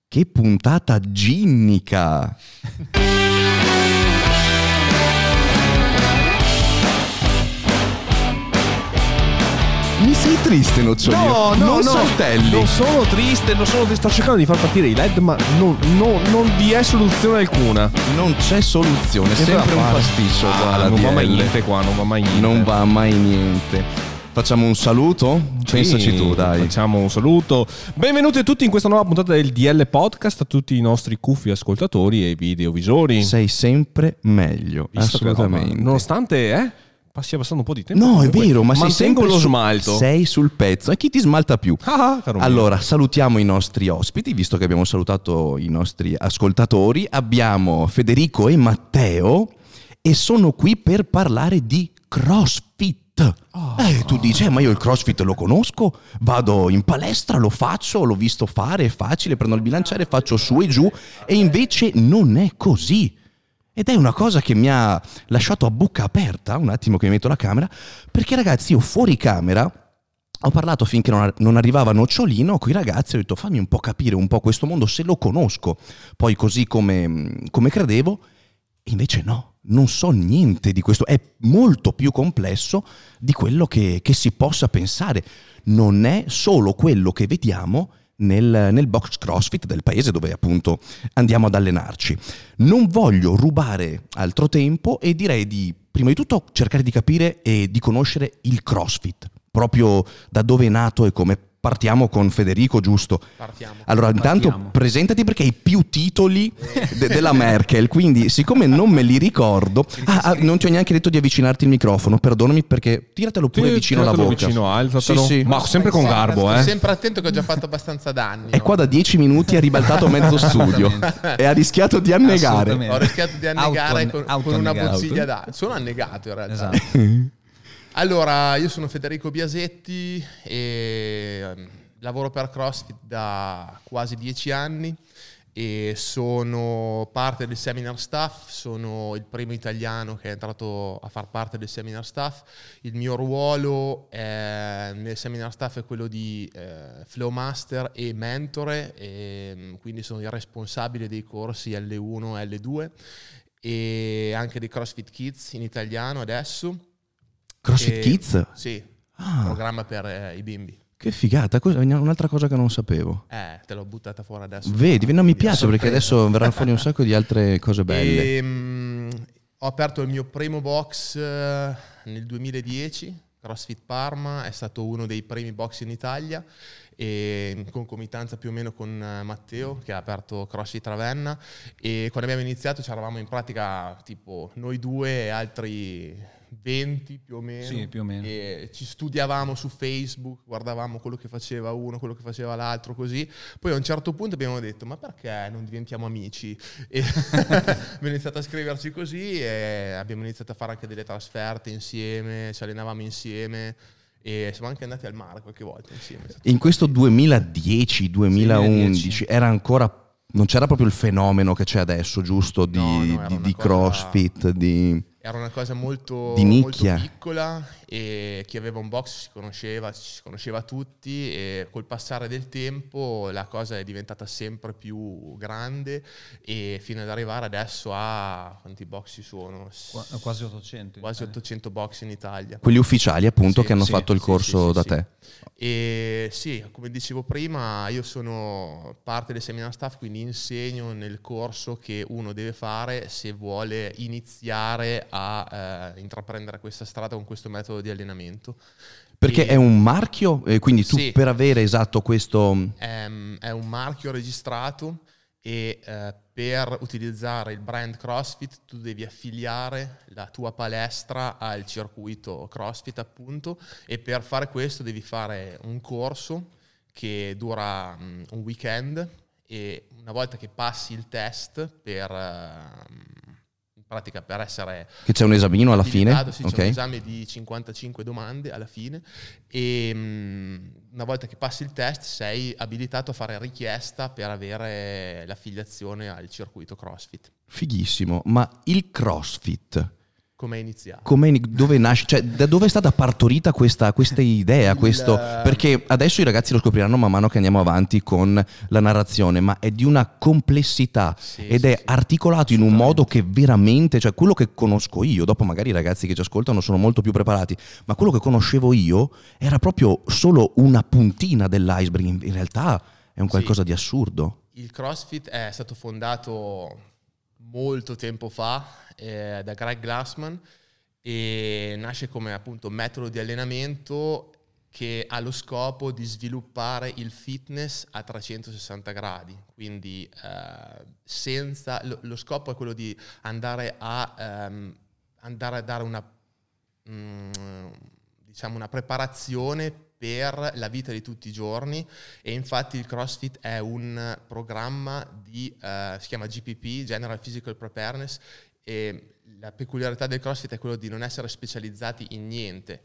Che puntata ginnica! Mi sei triste, Nocciolino? Non saltelli. Non sono triste, sto cercando di far partire i LED, ma non vi è soluzione alcuna. Non c'è soluzione, è sempre un pasticcio qua. Non va mai niente qua, non va mai niente. Non va mai niente. Facciamo un saluto? Pensaci tu, dai. Facciamo un saluto. Benvenuti a tutti in questa nuova puntata del DL Podcast, a tutti i nostri cuffi ascoltatori e videovisori. Sei sempre meglio, Visto assolutamente. Che, nonostante, passi passando un po' di tempo. No, è vero, ma sei sempre lo smalto. Sei sul pezzo. E chi ti smalta più? Allora, salutiamo i nostri ospiti, visto che abbiamo salutato i nostri ascoltatori. Abbiamo Federico e Matteo e sono qui per parlare di CrossFit. Tu dici, ma io il CrossFit lo conosco, vado in palestra, lo faccio, l'ho visto fare, è facile, prendo il bilanciere, faccio su e giù, e invece non è così. Ed è una cosa che mi ha lasciato a bocca aperta, un attimo che mi metto la camera, perché ragazzi, io fuori camera ho parlato finché non arrivava Nocciolino con i ragazzi, ho detto fammi un po' capire un po' questo mondo, se lo conosco, poi così come credevo, e invece no. Non so niente di questo, è molto più complesso di quello che si possa pensare. Non è solo quello che vediamo nel box CrossFit del paese dove appunto andiamo ad allenarci. Non voglio rubare altro tempo e direi di, prima di tutto, cercare di capire e di conoscere il CrossFit, proprio da dove è nato e come. Partiamo con Federico, giusto? Allora, intanto presentati perché hai più titoli della Merkel, quindi siccome non me li ricordo... non ti ho neanche detto di avvicinarti il microfono, perdonami perché tiratelo pure vicino alla bocca. Vicino, alzatelo. Sì. Ma sempre con garbo, Sto sempre attento che ho già fatto abbastanza danni. È qua da 10 minuti, ha ribaltato mezzo studio e ha rischiato di annegare. Ho rischiato di annegare con una bottiglia d'acqua. Sono annegato in realtà. Esatto. Allora, io sono Federico Biasetti e lavoro per CrossFit da quasi 10 anni e sono parte del seminar staff, sono il primo italiano che è entrato a far parte del seminar staff. Il mio ruolo nel seminar staff è quello di flow master e mentore, e quindi sono il responsabile dei corsi L1 e L2 e anche dei CrossFit Kids in italiano adesso. CrossFit Kids? Sì, programma per i bimbi. Che figata, un'altra cosa che non sapevo. Te l'ho buttata fuori adesso. Vedi, non mi piace perché adesso verranno fuori un sacco di altre cose belle. Ho aperto il mio primo box nel 2010, CrossFit Parma, è stato uno dei primi box in Italia e in concomitanza più o meno con Matteo che ha aperto CrossFit Ravenna, e quando abbiamo iniziato c'eravamo in pratica tipo noi due e altri 20 più o meno. Sì, più o meno. E ci studiavamo su Facebook, guardavamo quello che faceva uno, quello che faceva l'altro, così. Poi a un certo punto abbiamo detto ma perché non diventiamo amici? E abbiamo iniziato a scriverci così e abbiamo iniziato a fare anche delle trasferte insieme, ci allenavamo insieme e siamo anche andati al mare qualche volta insieme. In questo 2010-2011 era ancora, non c'era proprio il fenomeno che c'è adesso, giusto? Di CrossFit, Era una cosa molto piccola e chi aveva un box ci conosceva tutti, e col passare del tempo la cosa è diventata sempre più grande e fino ad arrivare adesso a quanti box ci sono? Quasi 800. Quasi 800 box in Italia. Quelli ufficiali appunto che hanno fatto il corso da te. E sì, come dicevo prima, io sono parte del seminar staff, quindi insegno nel corso che uno deve fare se vuole iniziare a intraprendere questa strada con questo metodo di allenamento. Perché è un marchio, quindi tu per avere esatto questo... È un marchio registrato e per utilizzare il brand CrossFit tu devi affiliare la tua palestra al circuito CrossFit appunto, e per fare questo devi fare un corso che dura un weekend, e una volta che passi il test in pratica per essere... Che c'è un esamino alla fine? Sì, c'è un esame di 55 domande alla fine e una volta che passi il test sei abilitato a fare richiesta per avere l'affiliazione al circuito CrossFit. Fighissimo, ma il CrossFit Come è iniziato? Dove nasce? Cioè, da dove è stata partorita questa idea? Perché adesso i ragazzi lo scopriranno man mano che andiamo avanti con la narrazione, ma è di una complessità ed è articolato in un modo che veramente, cioè quello che conosco io, dopo magari i ragazzi che ci ascoltano sono molto più preparati, ma quello che conoscevo io era proprio solo una puntina dell'iceberg, in realtà è un qualcosa di assurdo. Il CrossFit è stato fondato molto tempo fa da Greg Glassman e nasce come appunto metodo di allenamento che ha lo scopo di sviluppare il fitness a 360 gradi, quindi lo scopo è quello di andare a dare una preparazione per la vita di tutti i giorni, e infatti il CrossFit è un programma si chiama GPP, General Physical Preparedness, e la peculiarità del CrossFit è quello di non essere specializzati in niente,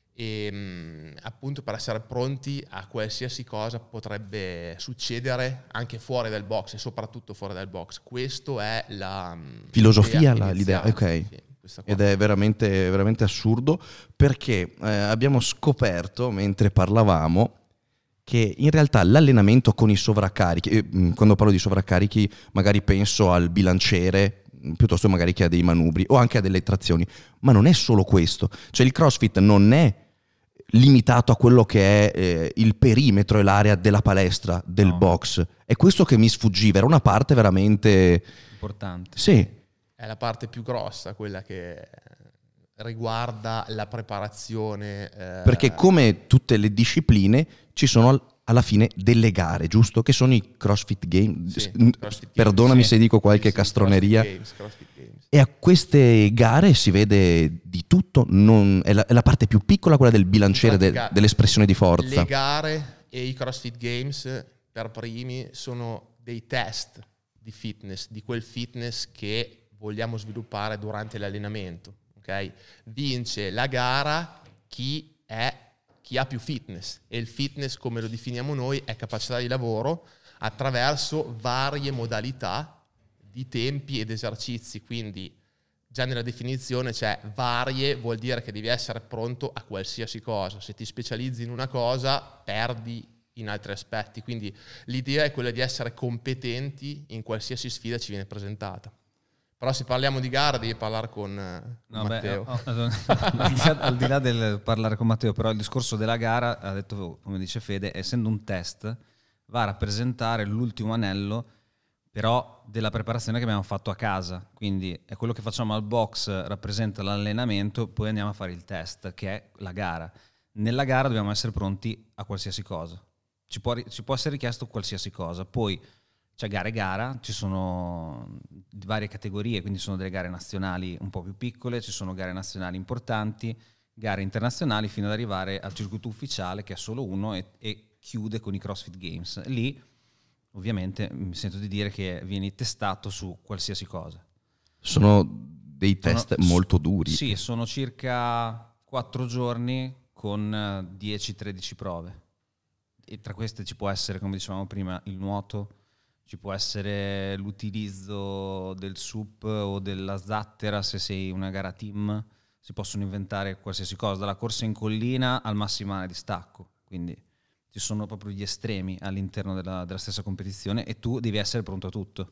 e appunto per essere pronti a qualsiasi cosa potrebbe succedere anche fuori dal box, e soprattutto fuori dal box. Questo è la filosofia, l'idea, ok. Sì. Ed è veramente, veramente assurdo, perché abbiamo scoperto mentre parlavamo che in realtà l'allenamento con i sovraccarichi, quando parlo di sovraccarichi magari penso al bilanciere piuttosto magari che a dei manubri o anche a delle trazioni, ma non è solo questo, cioè il CrossFit non è limitato a quello che è il perimetro e l'area della palestra, del box, è questo che mi sfuggiva, era una parte veramente importante. Sì. È la parte più grossa, quella che riguarda la preparazione. Perché come tutte le discipline ci sono alla fine delle gare, giusto? Che sono i CrossFit Games. Sì, CrossFit Perdonami Games, se dico qualche castroneria. CrossFit Games. E a queste gare si vede di tutto, è la parte più piccola, quella del bilanciere, dell'espressione di forza. Le gare e i CrossFit Games per primi sono dei test di fitness, di quel fitness che vogliamo sviluppare durante l'allenamento. Okay? Vince la gara chi ha più fitness, e il fitness, come lo definiamo noi, è capacità di lavoro attraverso varie modalità di tempi ed esercizi. Quindi già nella definizione c'è varie, vuol dire che devi essere pronto a qualsiasi cosa. Se ti specializzi in una cosa perdi in altri aspetti, quindi l'idea è quella di essere competenti in qualsiasi sfida ci viene presentata. Però se parliamo di gara devi parlare con Matteo. Al di là del parlare con Matteo, però il discorso della gara, ha detto, come dice Fede, essendo un test, va a rappresentare l'ultimo anello però della preparazione che abbiamo fatto a casa. Quindi è quello che facciamo al box, rappresenta l'allenamento, poi andiamo a fare il test, che è la gara. Nella gara dobbiamo essere pronti a qualsiasi cosa. Ci può essere richiesto qualsiasi cosa. Poi c'è gara e gara, ci sono varie categorie, quindi sono delle gare nazionali un po' più piccole, ci sono gare nazionali importanti, gare internazionali, fino ad arrivare al circuito ufficiale, che è solo uno, e chiude con i CrossFit Games. Lì ovviamente mi sento di dire che vieni testato su qualsiasi cosa. Sono dei test molto duri. Sì, sono circa 4 giorni con 10-13 prove, e tra queste ci può essere, come dicevamo prima, il nuoto, ci può essere l'utilizzo del SUP o della zattera se sei una gara team, si possono inventare qualsiasi cosa, dalla corsa in collina al massimale di stacco, quindi ci sono proprio gli estremi all'interno della stessa competizione, e tu devi essere pronto a tutto.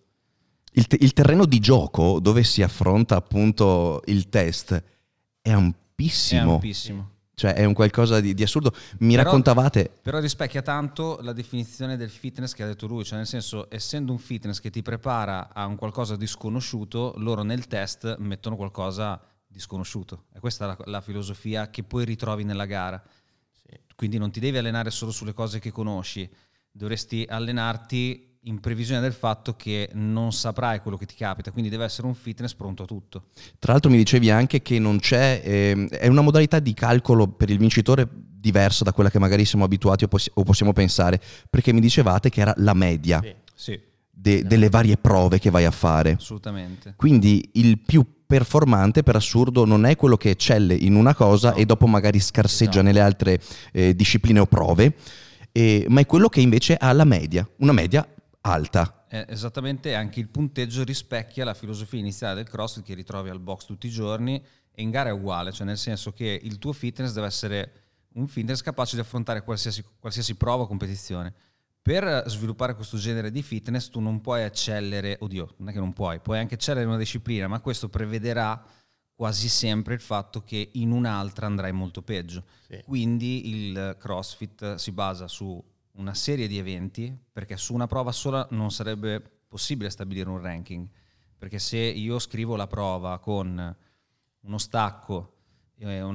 Il terreno di gioco dove si affronta appunto il test è ampissimo. È ampissimo. Cioè è un qualcosa di assurdo. Raccontavate... Però rispecchia tanto la definizione del fitness che ha detto lui, cioè nel senso, essendo un fitness che ti prepara a un qualcosa di sconosciuto, loro nel test mettono qualcosa di sconosciuto. E questa è la filosofia che poi ritrovi nella gara. Sì. Quindi non ti devi allenare solo sulle cose che conosci, dovresti allenarti in previsione del fatto che non saprai quello che ti capita, quindi deve essere un fitness pronto a tutto. Tra l'altro mi dicevi anche che non c'è, è una modalità di calcolo per il vincitore diversa da quella che magari siamo abituati o possiamo pensare, perché mi dicevate che era la media delle varie prove che vai a fare. Assolutamente. Quindi il più performante per assurdo non è quello che eccelle in una cosa e dopo magari scarseggia nelle altre discipline o prove, ma è quello che invece ha la media, una media alta. Esattamente, anche il punteggio rispecchia la filosofia iniziale del CrossFit che ritrovi al box tutti i giorni, E in gara è uguale, cioè nel senso che il tuo fitness deve essere un fitness capace di affrontare qualsiasi prova o competizione. Per sviluppare questo genere di fitness tu non puoi eccellere, non è che non puoi anche eccellere in una disciplina, ma questo prevederà quasi sempre il fatto che in un'altra andrai molto peggio. Sì. Quindi il CrossFit si basa su una serie di eventi, perché su una prova sola non sarebbe possibile stabilire un ranking, perché se io scrivo la prova con uno stacco, una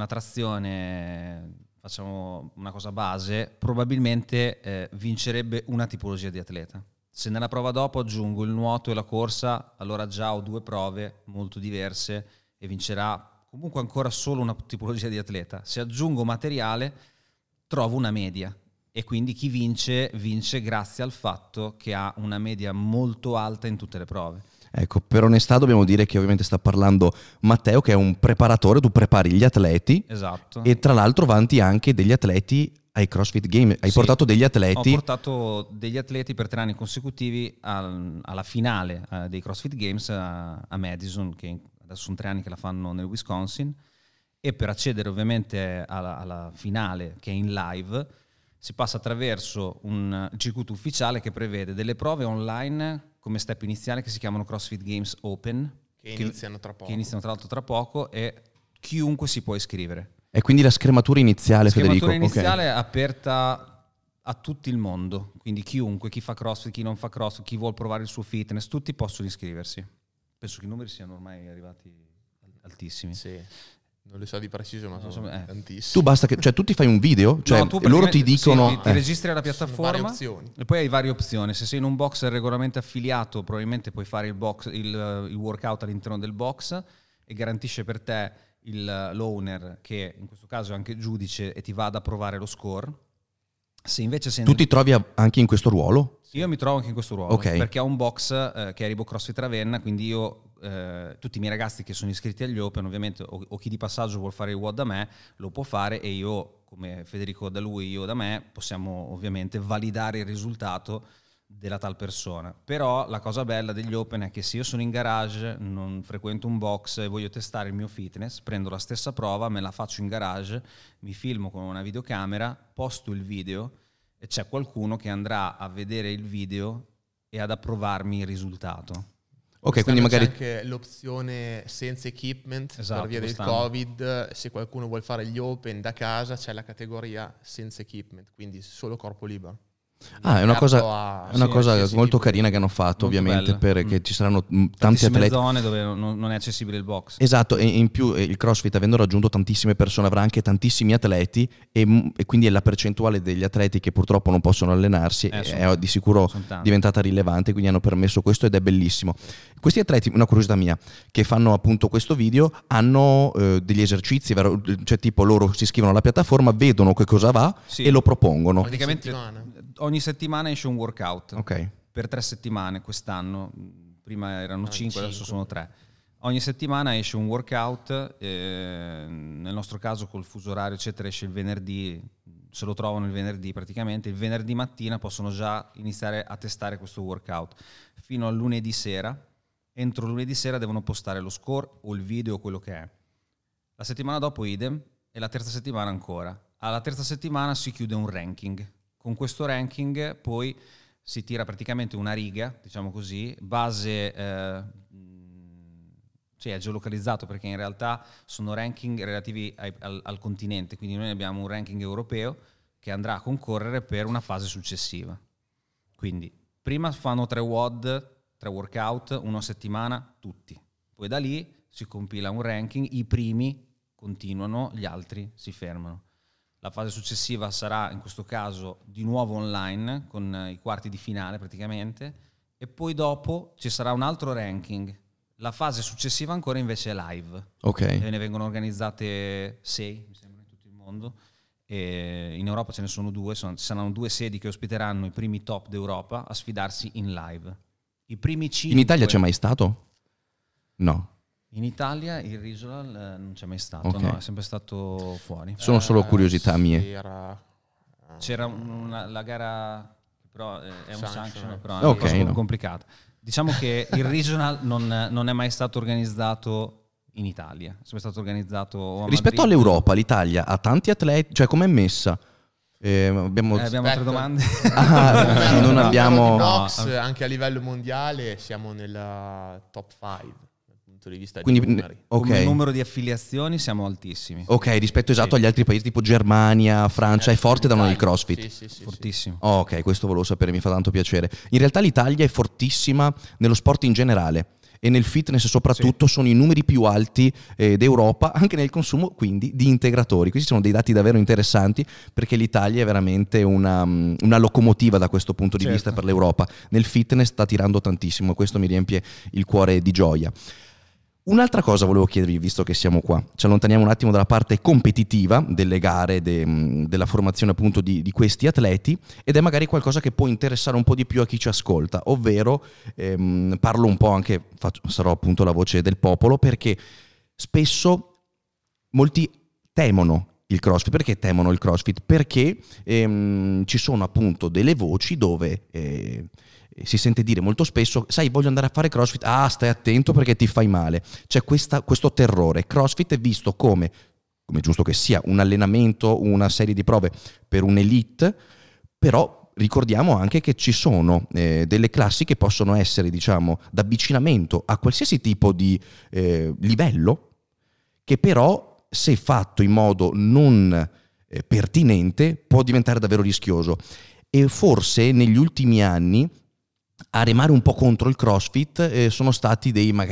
trazione, facciamo una cosa base, probabilmente vincerebbe una tipologia di atleta. Se nella prova dopo aggiungo il nuoto e la corsa, allora già ho 2 prove molto diverse e vincerà comunque ancora solo una tipologia di atleta. Se aggiungo materiale, trovo una media e quindi chi vince grazie al fatto che ha una media molto alta in tutte le prove. Ecco, per onestà dobbiamo dire che ovviamente sta parlando Matteo, che è un preparatore, tu prepari gli atleti. Esatto. E tra l'altro vanti anche degli atleti ai CrossFit Games. Hai portato degli atleti? Ho portato degli atleti per 3 anni consecutivi alla finale dei CrossFit Games a Madison, che adesso sono 3 anni che la fanno nel Wisconsin, e per accedere ovviamente alla finale, che è in live, si passa attraverso un circuito ufficiale che prevede delle prove online come step iniziale che si chiamano CrossFit Games Open, che iniziano tra poco. Che iniziano tra l'altro tra poco, e chiunque si può iscrivere. E quindi la scrematura iniziale, Federico? La scrematura iniziale è aperta a tutto il mondo, quindi chiunque, chi fa CrossFit, chi non fa CrossFit, chi vuole provare il suo fitness, tutti possono iscriversi. Penso che i numeri siano ormai arrivati altissimi. Sì. Non lo so di preciso, ma sono tantissimi. Tu basta che, cioè tu ti fai un video, cioè no, loro ti dicono... Sì, ti registri alla piattaforma e poi hai varie opzioni. Se sei in un box regolarmente affiliato, probabilmente puoi fare il workout all'interno del box e garantisce per te l'owner, che in questo caso è anche giudice, e ti va ad approvare lo score. Se invece sei tu ti trovi anche in questo ruolo? Io mi trovo anche in questo ruolo, perché ho un box che è Reebok CrossFit Ravenna, quindi io tutti i miei ragazzi che sono iscritti agli Open, ovviamente, o chi di passaggio vuol fare il WOD da me, lo può fare, e io, come Federico da lui, io da me, possiamo ovviamente validare il risultato della tal persona. Però la cosa bella degli Open è che se io sono in garage, non frequento un box e voglio testare il mio fitness, prendo la stessa prova, me la faccio in garage, mi filmo con una videocamera, posto il video e c'è qualcuno che andrà a vedere il video e ad approvarmi il risultato. Ok, quindi magari c'è anche l'opzione senza equipment, esatto, per via del Covid. Se qualcuno vuole fare gli Open da casa, c'è la categoria senza equipment, quindi solo corpo libero. È una cosa molto carina che hanno fatto, molto ovviamente, perché ci saranno tanti atleti. Zone dove non è accessibile il box. Esatto, e in più il CrossFit, avendo raggiunto tantissime persone, avrà anche tantissimi atleti e quindi la percentuale degli atleti che purtroppo non possono allenarsi è di sicuro diventata rilevante, quindi hanno permesso questo ed è bellissimo. Questi atleti, una curiosità mia, che fanno appunto questo video, hanno degli esercizi, cioè tipo loro si iscrivono alla piattaforma, vedono che cosa va e lo propongono. Praticamente ogni settimana esce un workout per 3 settimane quest'anno. Prima erano 5, adesso sono 3. Ogni settimana esce un workout, nel nostro caso col fuso orario eccetera esce il venerdì, se lo trovano il venerdì praticamente. Il venerdì mattina possono già iniziare a testare questo workout fino al lunedì sera. Entro lunedì sera devono postare lo score o il video o quello che è. La settimana dopo idem, e la terza settimana ancora. Alla terza settimana si chiude un ranking. Con questo ranking poi si tira praticamente una riga, diciamo così, base, è geolocalizzato perché in realtà sono ranking relativi al continente, quindi noi abbiamo un ranking europeo che andrà a concorrere per una fase successiva. Quindi prima fanno 3 WOD, 3 workout, 1 a settimana, tutti. Poi da lì si compila un ranking, i primi continuano, gli altri si fermano. La fase successiva sarà in questo caso di nuovo online con i quarti di finale praticamente, e poi dopo ci sarà un altro ranking. La fase successiva ancora invece è live. E ne vengono organizzate 6, mi sembra, in tutto il mondo. E in Europa ce ne sono 2, ci saranno 2 sedi che ospiteranno i primi top d'Europa a sfidarsi in live. I primi 5. In Italia c'è mai stato? No. In Italia il regional non c'è mai stato, no, è sempre stato fuori. Sono solo curiosità mie. C'era la gara, però è un sanction, però è complicata. Diciamo che il regional non è mai stato organizzato in Italia. Sarebbe stato organizzato a Rispetto Madrid. all'Europa, l'Italia ha tanti atleti, cioè com'è messa? Abbiamo 3 domande. non abbiamo... Di box, anche a livello mondiale siamo nella top 5 dal punto di vista Quindi, di numeri. Come numero di affiliazioni siamo altissimi. Ok, rispetto esatto agli altri paesi tipo Germania, Francia, è forte da noi il CrossFit? Sì. Fortissimo. Oh, ok, questo volevo sapere, mi fa tanto piacere. In realtà l'Italia è fortissima nello sport in generale e nel fitness soprattutto, sono i numeri più alti d'Europa, anche nel consumo quindi di integratori. Questi sono dei dati davvero interessanti, perché l'Italia è veramente una locomotiva da questo punto di vista per l'Europa. Nel fitness sta tirando tantissimo e questo mi riempie il cuore di gioia. Un'altra cosa volevo chiedervi, visto che siamo qua, ci allontaniamo un attimo dalla parte competitiva delle gare, della formazione appunto di questi atleti, ed è magari qualcosa che può interessare un po' di più a chi ci ascolta, ovvero parlo un po' anche, sarò appunto la voce del popolo, perché spesso molti temono il CrossFit. Perché temono il CrossFit? Perché ci sono appunto delle voci dove... si sente dire molto spesso, sai, voglio andare a fare CrossFit, stai attento perché ti fai male. C'è questo terrore. CrossFit è visto come giusto che sia, un allenamento, una serie di prove per un'elite, però ricordiamo anche che ci sono delle classi che possono essere, diciamo, d'avvicinamento a qualsiasi tipo di livello, che però, se fatto in modo non pertinente, può diventare davvero rischioso. E forse negli ultimi anni a remare un po' contro il CrossFit sono stati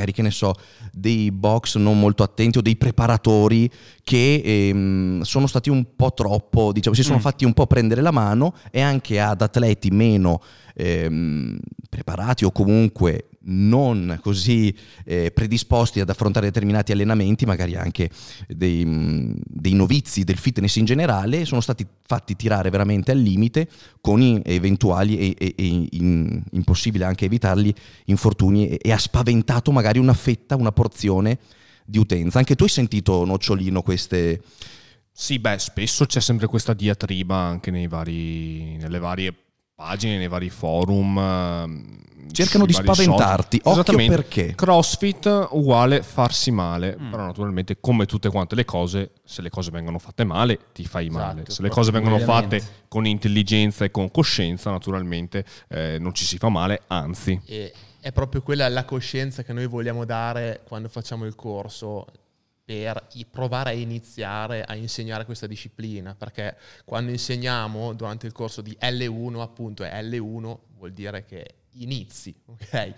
dei box non molto attenti o dei preparatori che sono stati un po' troppo, diciamo, si sono fatti un po' prendere la mano, e anche ad atleti meno preparati o comunque non così predisposti ad affrontare determinati allenamenti, magari anche dei novizi del fitness in generale, sono stati fatti tirare veramente al limite con eventuali e impossibile anche evitarli infortuni, e ha spaventato magari una porzione di utenza. Anche tu hai sentito, Nocciolino, queste... Sì, spesso c'è sempre questa diatriba anche nelle varie pagine, nei vari forum. Cercano di spaventarti. Occhio, perché CrossFit uguale farsi male. Però naturalmente, come tutte quante le cose, se le cose vengono fatte male ti fai male. Se le cose vengono fatte con intelligenza e con coscienza, naturalmente non ci si fa male, anzi. E è proprio quella la coscienza che noi vogliamo dare quando facciamo il corso, per provare a iniziare a insegnare questa disciplina, perché quando insegniamo durante il corso di L1, appunto, è L1 vuol dire che inizi, ok?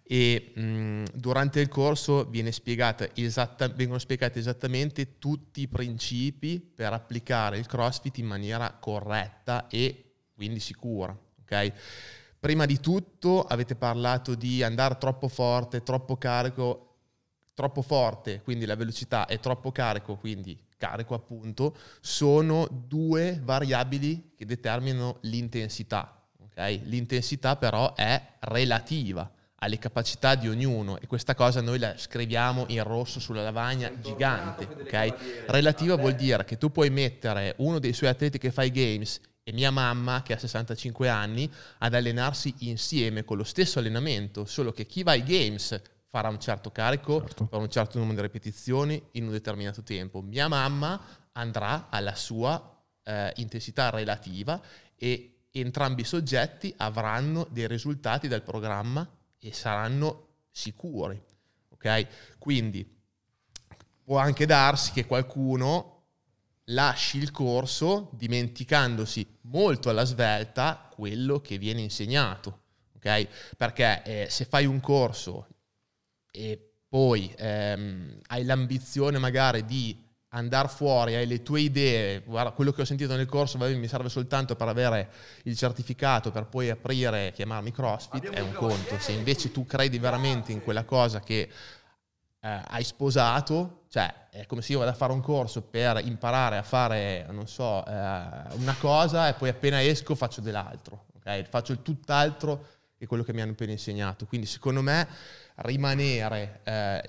E durante il corso vengono spiegati esattamente tutti i principi per applicare il CrossFit in maniera corretta e quindi sicura, ok? Prima di tutto avete parlato di andare troppo forte, troppo carico, troppo forte, quindi la velocità, e troppo carico, quindi carico appunto, sono due variabili che determinano l'intensità. Okay? L'intensità però è relativa alle capacità di ognuno, e questa cosa noi la scriviamo in rosso sulla lavagna gigante. Okay? Relativa vuol dire che tu puoi mettere uno dei suoi atleti che fa i games e mia mamma, che ha 65 anni, ad allenarsi insieme con lo stesso allenamento, solo che chi va ai games farà un certo carico, per un certo numero di ripetizioni in un determinato tempo. Mia mamma andrà alla sua intensità relativa, e entrambi i soggetti avranno dei risultati dal programma e saranno sicuri. Ok? Quindi può anche darsi che qualcuno lasci il corso dimenticandosi molto alla svelta quello che viene insegnato. Ok? Perché se fai un corso e poi hai l'ambizione magari di andare fuori, hai le tue idee, guarda, quello che ho sentito nel corso mi serve soltanto per avere il certificato per poi aprire e chiamarmi CrossFit, è un conto. Se invece tu credi veramente in quella cosa che hai sposato, cioè è come se io vado a fare un corso per imparare a fare, non so, una cosa, e poi appena esco faccio dell'altro, okay? Faccio il tutt'altro che quello che mi hanno appena insegnato. Quindi secondo me rimanere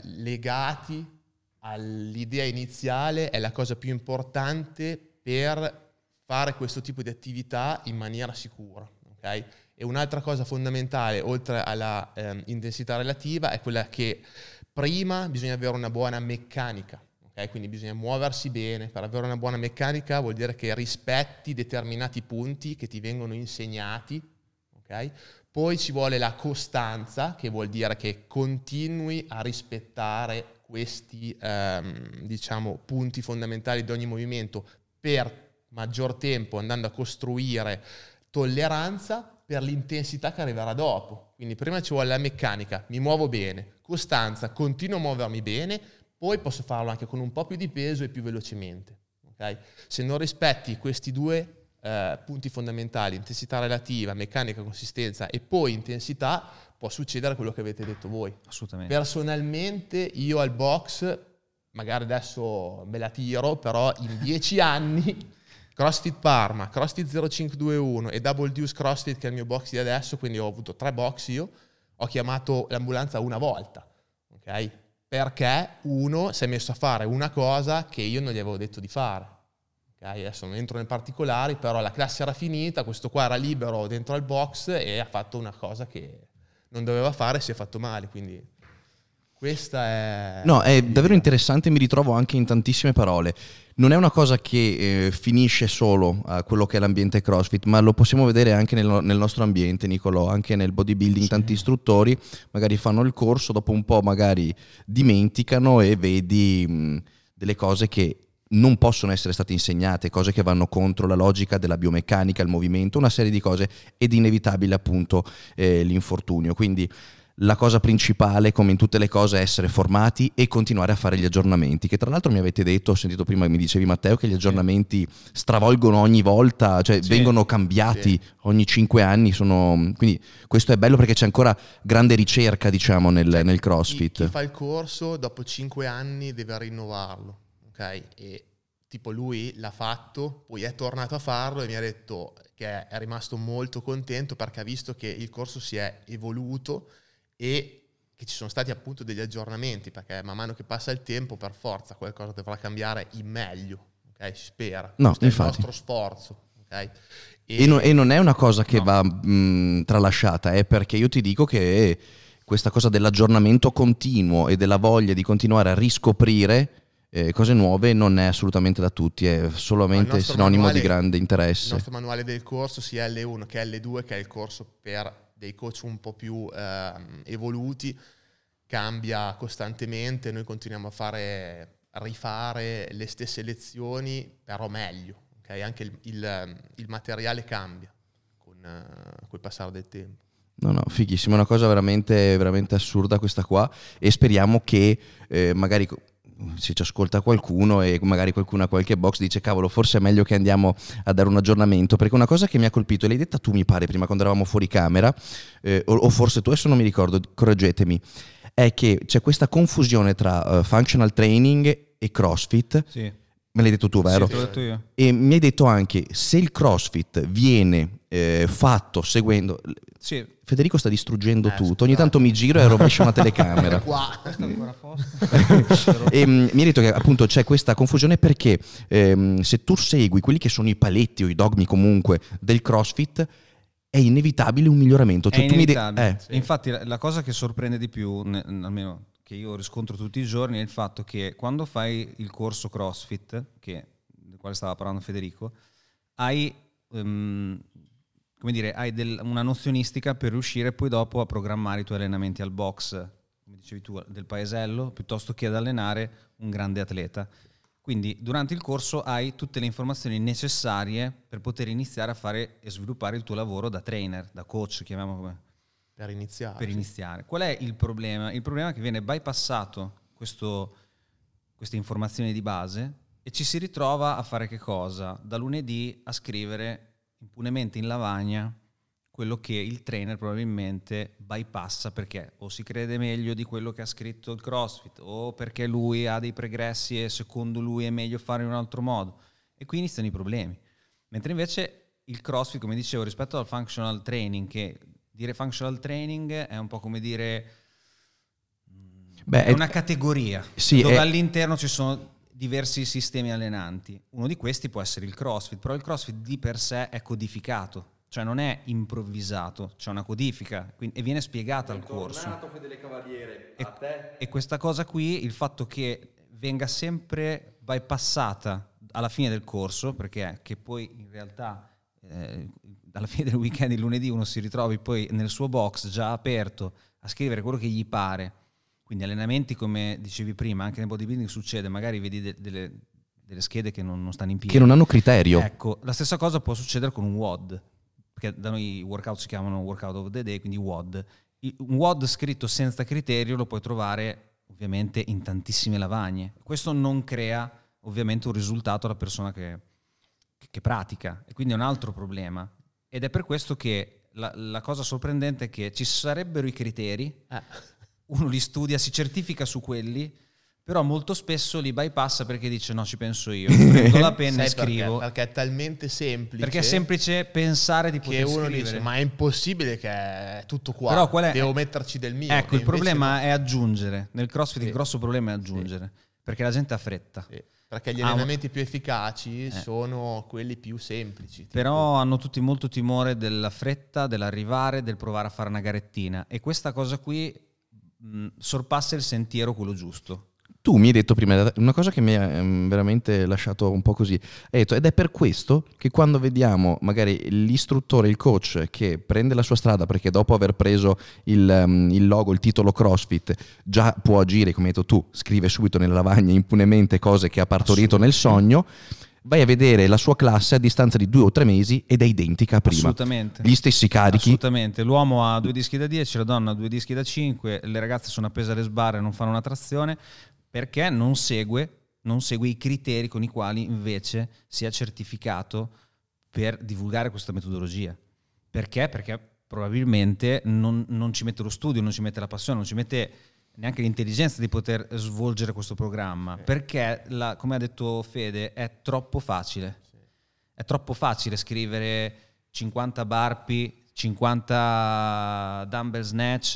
legati all'idea iniziale è la cosa più importante per fare questo tipo di attività in maniera sicura, ok? E un'altra cosa fondamentale, oltre alla intensità relativa, è quella che Prima bisogna avere una buona meccanica, okay? Quindi bisogna muoversi bene. Per avere una buona meccanica vuol dire che rispetti determinati punti che ti vengono insegnati, okay? Poi ci vuole la costanza, che vuol dire che continui a rispettare questi punti fondamentali di ogni movimento per maggior tempo, andando a costruire tolleranza per l'intensità che arriverà dopo. Quindi prima ci vuole la meccanica, mi muovo bene, costanza, continuo a muovermi bene, poi posso farlo anche con un po' più di peso e più velocemente, okay? Se non rispetti questi due punti fondamentali, intensità relativa, meccanica, consistenza e poi intensità, può succedere quello che avete detto voi. Assolutamente. Personalmente io al box, magari adesso me la tiro, però in 10 anni CrossFit Parma, CrossFit 0521 e Double Deuce CrossFit, che è il mio box di adesso, quindi ho avuto 3 box io, ho chiamato l'ambulanza una volta, ok? Perché uno si è messo a fare una cosa che io non gli avevo detto di fare. Okay, adesso non entro nei particolari, però la classe era finita, questo qua era libero dentro al box e ha fatto una cosa che non doveva fare e si è fatto male, quindi questa è... No, è davvero interessante, mi ritrovo anche in tantissime parole. Non è una cosa che finisce solo a quello che è l'ambiente CrossFit, ma lo possiamo vedere anche nel nostro ambiente, Nicolò, anche nel bodybuilding. Sì. Tanti istruttori magari fanno il corso, dopo un po' magari dimenticano e vedi delle cose che non possono essere state insegnate, cose che vanno contro la logica della biomeccanica, il movimento, una serie di cose, ed inevitabile appunto l'infortunio. Quindi la cosa principale, come in tutte le cose, è essere formati e continuare a fare gli aggiornamenti, che tra l'altro mi avete detto, ho sentito prima che mi dicevi Matteo, che gli aggiornamenti stravolgono ogni volta, cioè vengono cambiati ogni 5 anni, quindi questo è bello perché c'è ancora grande ricerca, diciamo, nel CrossFit. Chi fa il corso dopo 5 anni deve rinnovarlo. Okay, e tipo lui l'ha fatto, poi è tornato a farlo e mi ha detto che è rimasto molto contento perché ha visto che il corso si è evoluto e che ci sono stati appunto degli aggiornamenti, perché man mano che passa il tempo per forza qualcosa dovrà cambiare in meglio, okay? Si spera. No, questo infatti. è il nostro sforzo, okay? E non è una cosa che va tralasciata, perché io ti dico che questa cosa dell'aggiornamento continuo e della voglia di continuare a riscoprire cose nuove non è assolutamente da tutti, è solamente sinonimo di grande interesse. Il nostro manuale del corso, sia L1 che L2, che è il corso per dei coach un po' più evoluti, cambia costantemente. Noi continuiamo a rifare le stesse lezioni, però meglio, okay? Anche il materiale cambia col passare del tempo. No, fighissimo, è una cosa veramente, veramente assurda questa qua, e speriamo che magari se ci ascolta qualcuno e magari qualcuno a qualche box dice cavolo, forse è meglio che andiamo a dare un aggiornamento, perché una cosa che mi ha colpito, e l'hai detta tu mi pare prima quando eravamo fuori camera, o forse tu, adesso non mi ricordo, correggetemi, è che c'è questa confusione tra functional training e CrossFit. Sì. Me l'hai detto tu, vero? Sì, te l'ho detto io. E mi hai detto anche, se il CrossFit viene fatto seguendo... Sì. Federico sta distruggendo tutto, ogni tanto mi giro e rovescio una telecamera. E mi hai detto che appunto c'è questa confusione perché se tu segui quelli che sono i paletti o i dogmi comunque del CrossFit, è inevitabile un miglioramento. Cioè, è inevitabile. Sì. Infatti la cosa che sorprende di più, almeno che io riscontro tutti i giorni, è il fatto che quando fai il corso CrossFit, del quale stava parlando Federico, hai una nozionistica per riuscire poi dopo a programmare i tuoi allenamenti al box, come dicevi tu, del paesello, piuttosto che ad allenare un grande atleta. Quindi durante il corso hai tutte le informazioni necessarie per poter iniziare a fare e sviluppare il tuo lavoro da trainer, da coach, chiamiamolo come... Per iniziare. Per iniziare. Qual è il problema? Il problema è che viene bypassato queste informazioni di base e ci si ritrova a fare che cosa? Da lunedì a scrivere impunemente in lavagna quello che il trainer probabilmente bypassa perché o si crede meglio di quello che ha scritto il CrossFit o perché lui ha dei pregressi e secondo lui è meglio fare in un altro modo, e qui iniziano i problemi. Mentre invece il CrossFit, come dicevo, rispetto al functional training, che dire functional training è un po' come dire è una categoria, sì, dove all'interno ci sono diversi sistemi allenanti. Uno di questi può essere il CrossFit, però il CrossFit di per sé è codificato cioè non è improvvisato, c'è una codifica e viene spiegata al corso. Fedele Cavaliere, E questa cosa qui, il fatto che venga sempre bypassata alla fine del corso, perché che poi in realtà alla fine del weekend, il lunedì, uno si ritrovi poi nel suo box già aperto a scrivere quello che gli pare. Quindi allenamenti, come dicevi prima, anche nel bodybuilding succede, magari vedi delle schede che non stanno in piedi, che non hanno criterio. Ecco, la stessa cosa può succedere con un WOD, perché da noi i workout si chiamano workout of the day, quindi WOD. Un WOD scritto senza criterio lo puoi trovare ovviamente in tantissime lavagne. Questo non crea ovviamente un risultato alla persona che pratica, e quindi è un altro problema. Ed è per questo che la cosa sorprendente è che ci sarebbero i criteri, uno li studia, si certifica su quelli, però molto spesso li bypassa perché dice no, ci penso io, prendo la penna e scrivo. Perché è talmente semplice. Perché è semplice pensare di poter scrivere. Che uno dice, ma è impossibile che è tutto qua, però devo metterci del mio. Ecco, il problema no. è aggiungere. Nel CrossFit il grosso problema è aggiungere, perché la gente ha fretta. Perché gli allenamenti più efficaci sono quelli più semplici. Però hanno tutti molto timore della fretta, dell'arrivare, del provare a fare una garettina. E questa cosa qui sorpassa il sentiero, quello giusto. Tu mi hai detto prima una cosa che mi ha veramente lasciato un po' così. Hai detto, ed è per questo che quando vediamo magari l'istruttore, il coach che prende la sua strada perché dopo aver preso il logo, il titolo CrossFit, già può agire, come hai detto tu, scrive subito nella lavagna impunemente cose che ha partorito nel sogno, vai a vedere la sua classe a distanza di 2 o 3 mesi ed è identica a prima. Assolutamente. Gli stessi carichi. Assolutamente. L'uomo ha 2 dischi da 10, la donna ha 2 dischi da 5, le ragazze sono appese alle sbarre e non fanno una trazione, perché non segue i criteri con i quali invece si è certificato per divulgare questa metodologia. Perché? Perché probabilmente non ci mette lo studio, non ci mette la passione, non ci mette neanche l'intelligenza di poter svolgere questo programma, perché come ha detto Fede è troppo facile. È troppo facile scrivere 50 burpee, 50 dumbbell snatch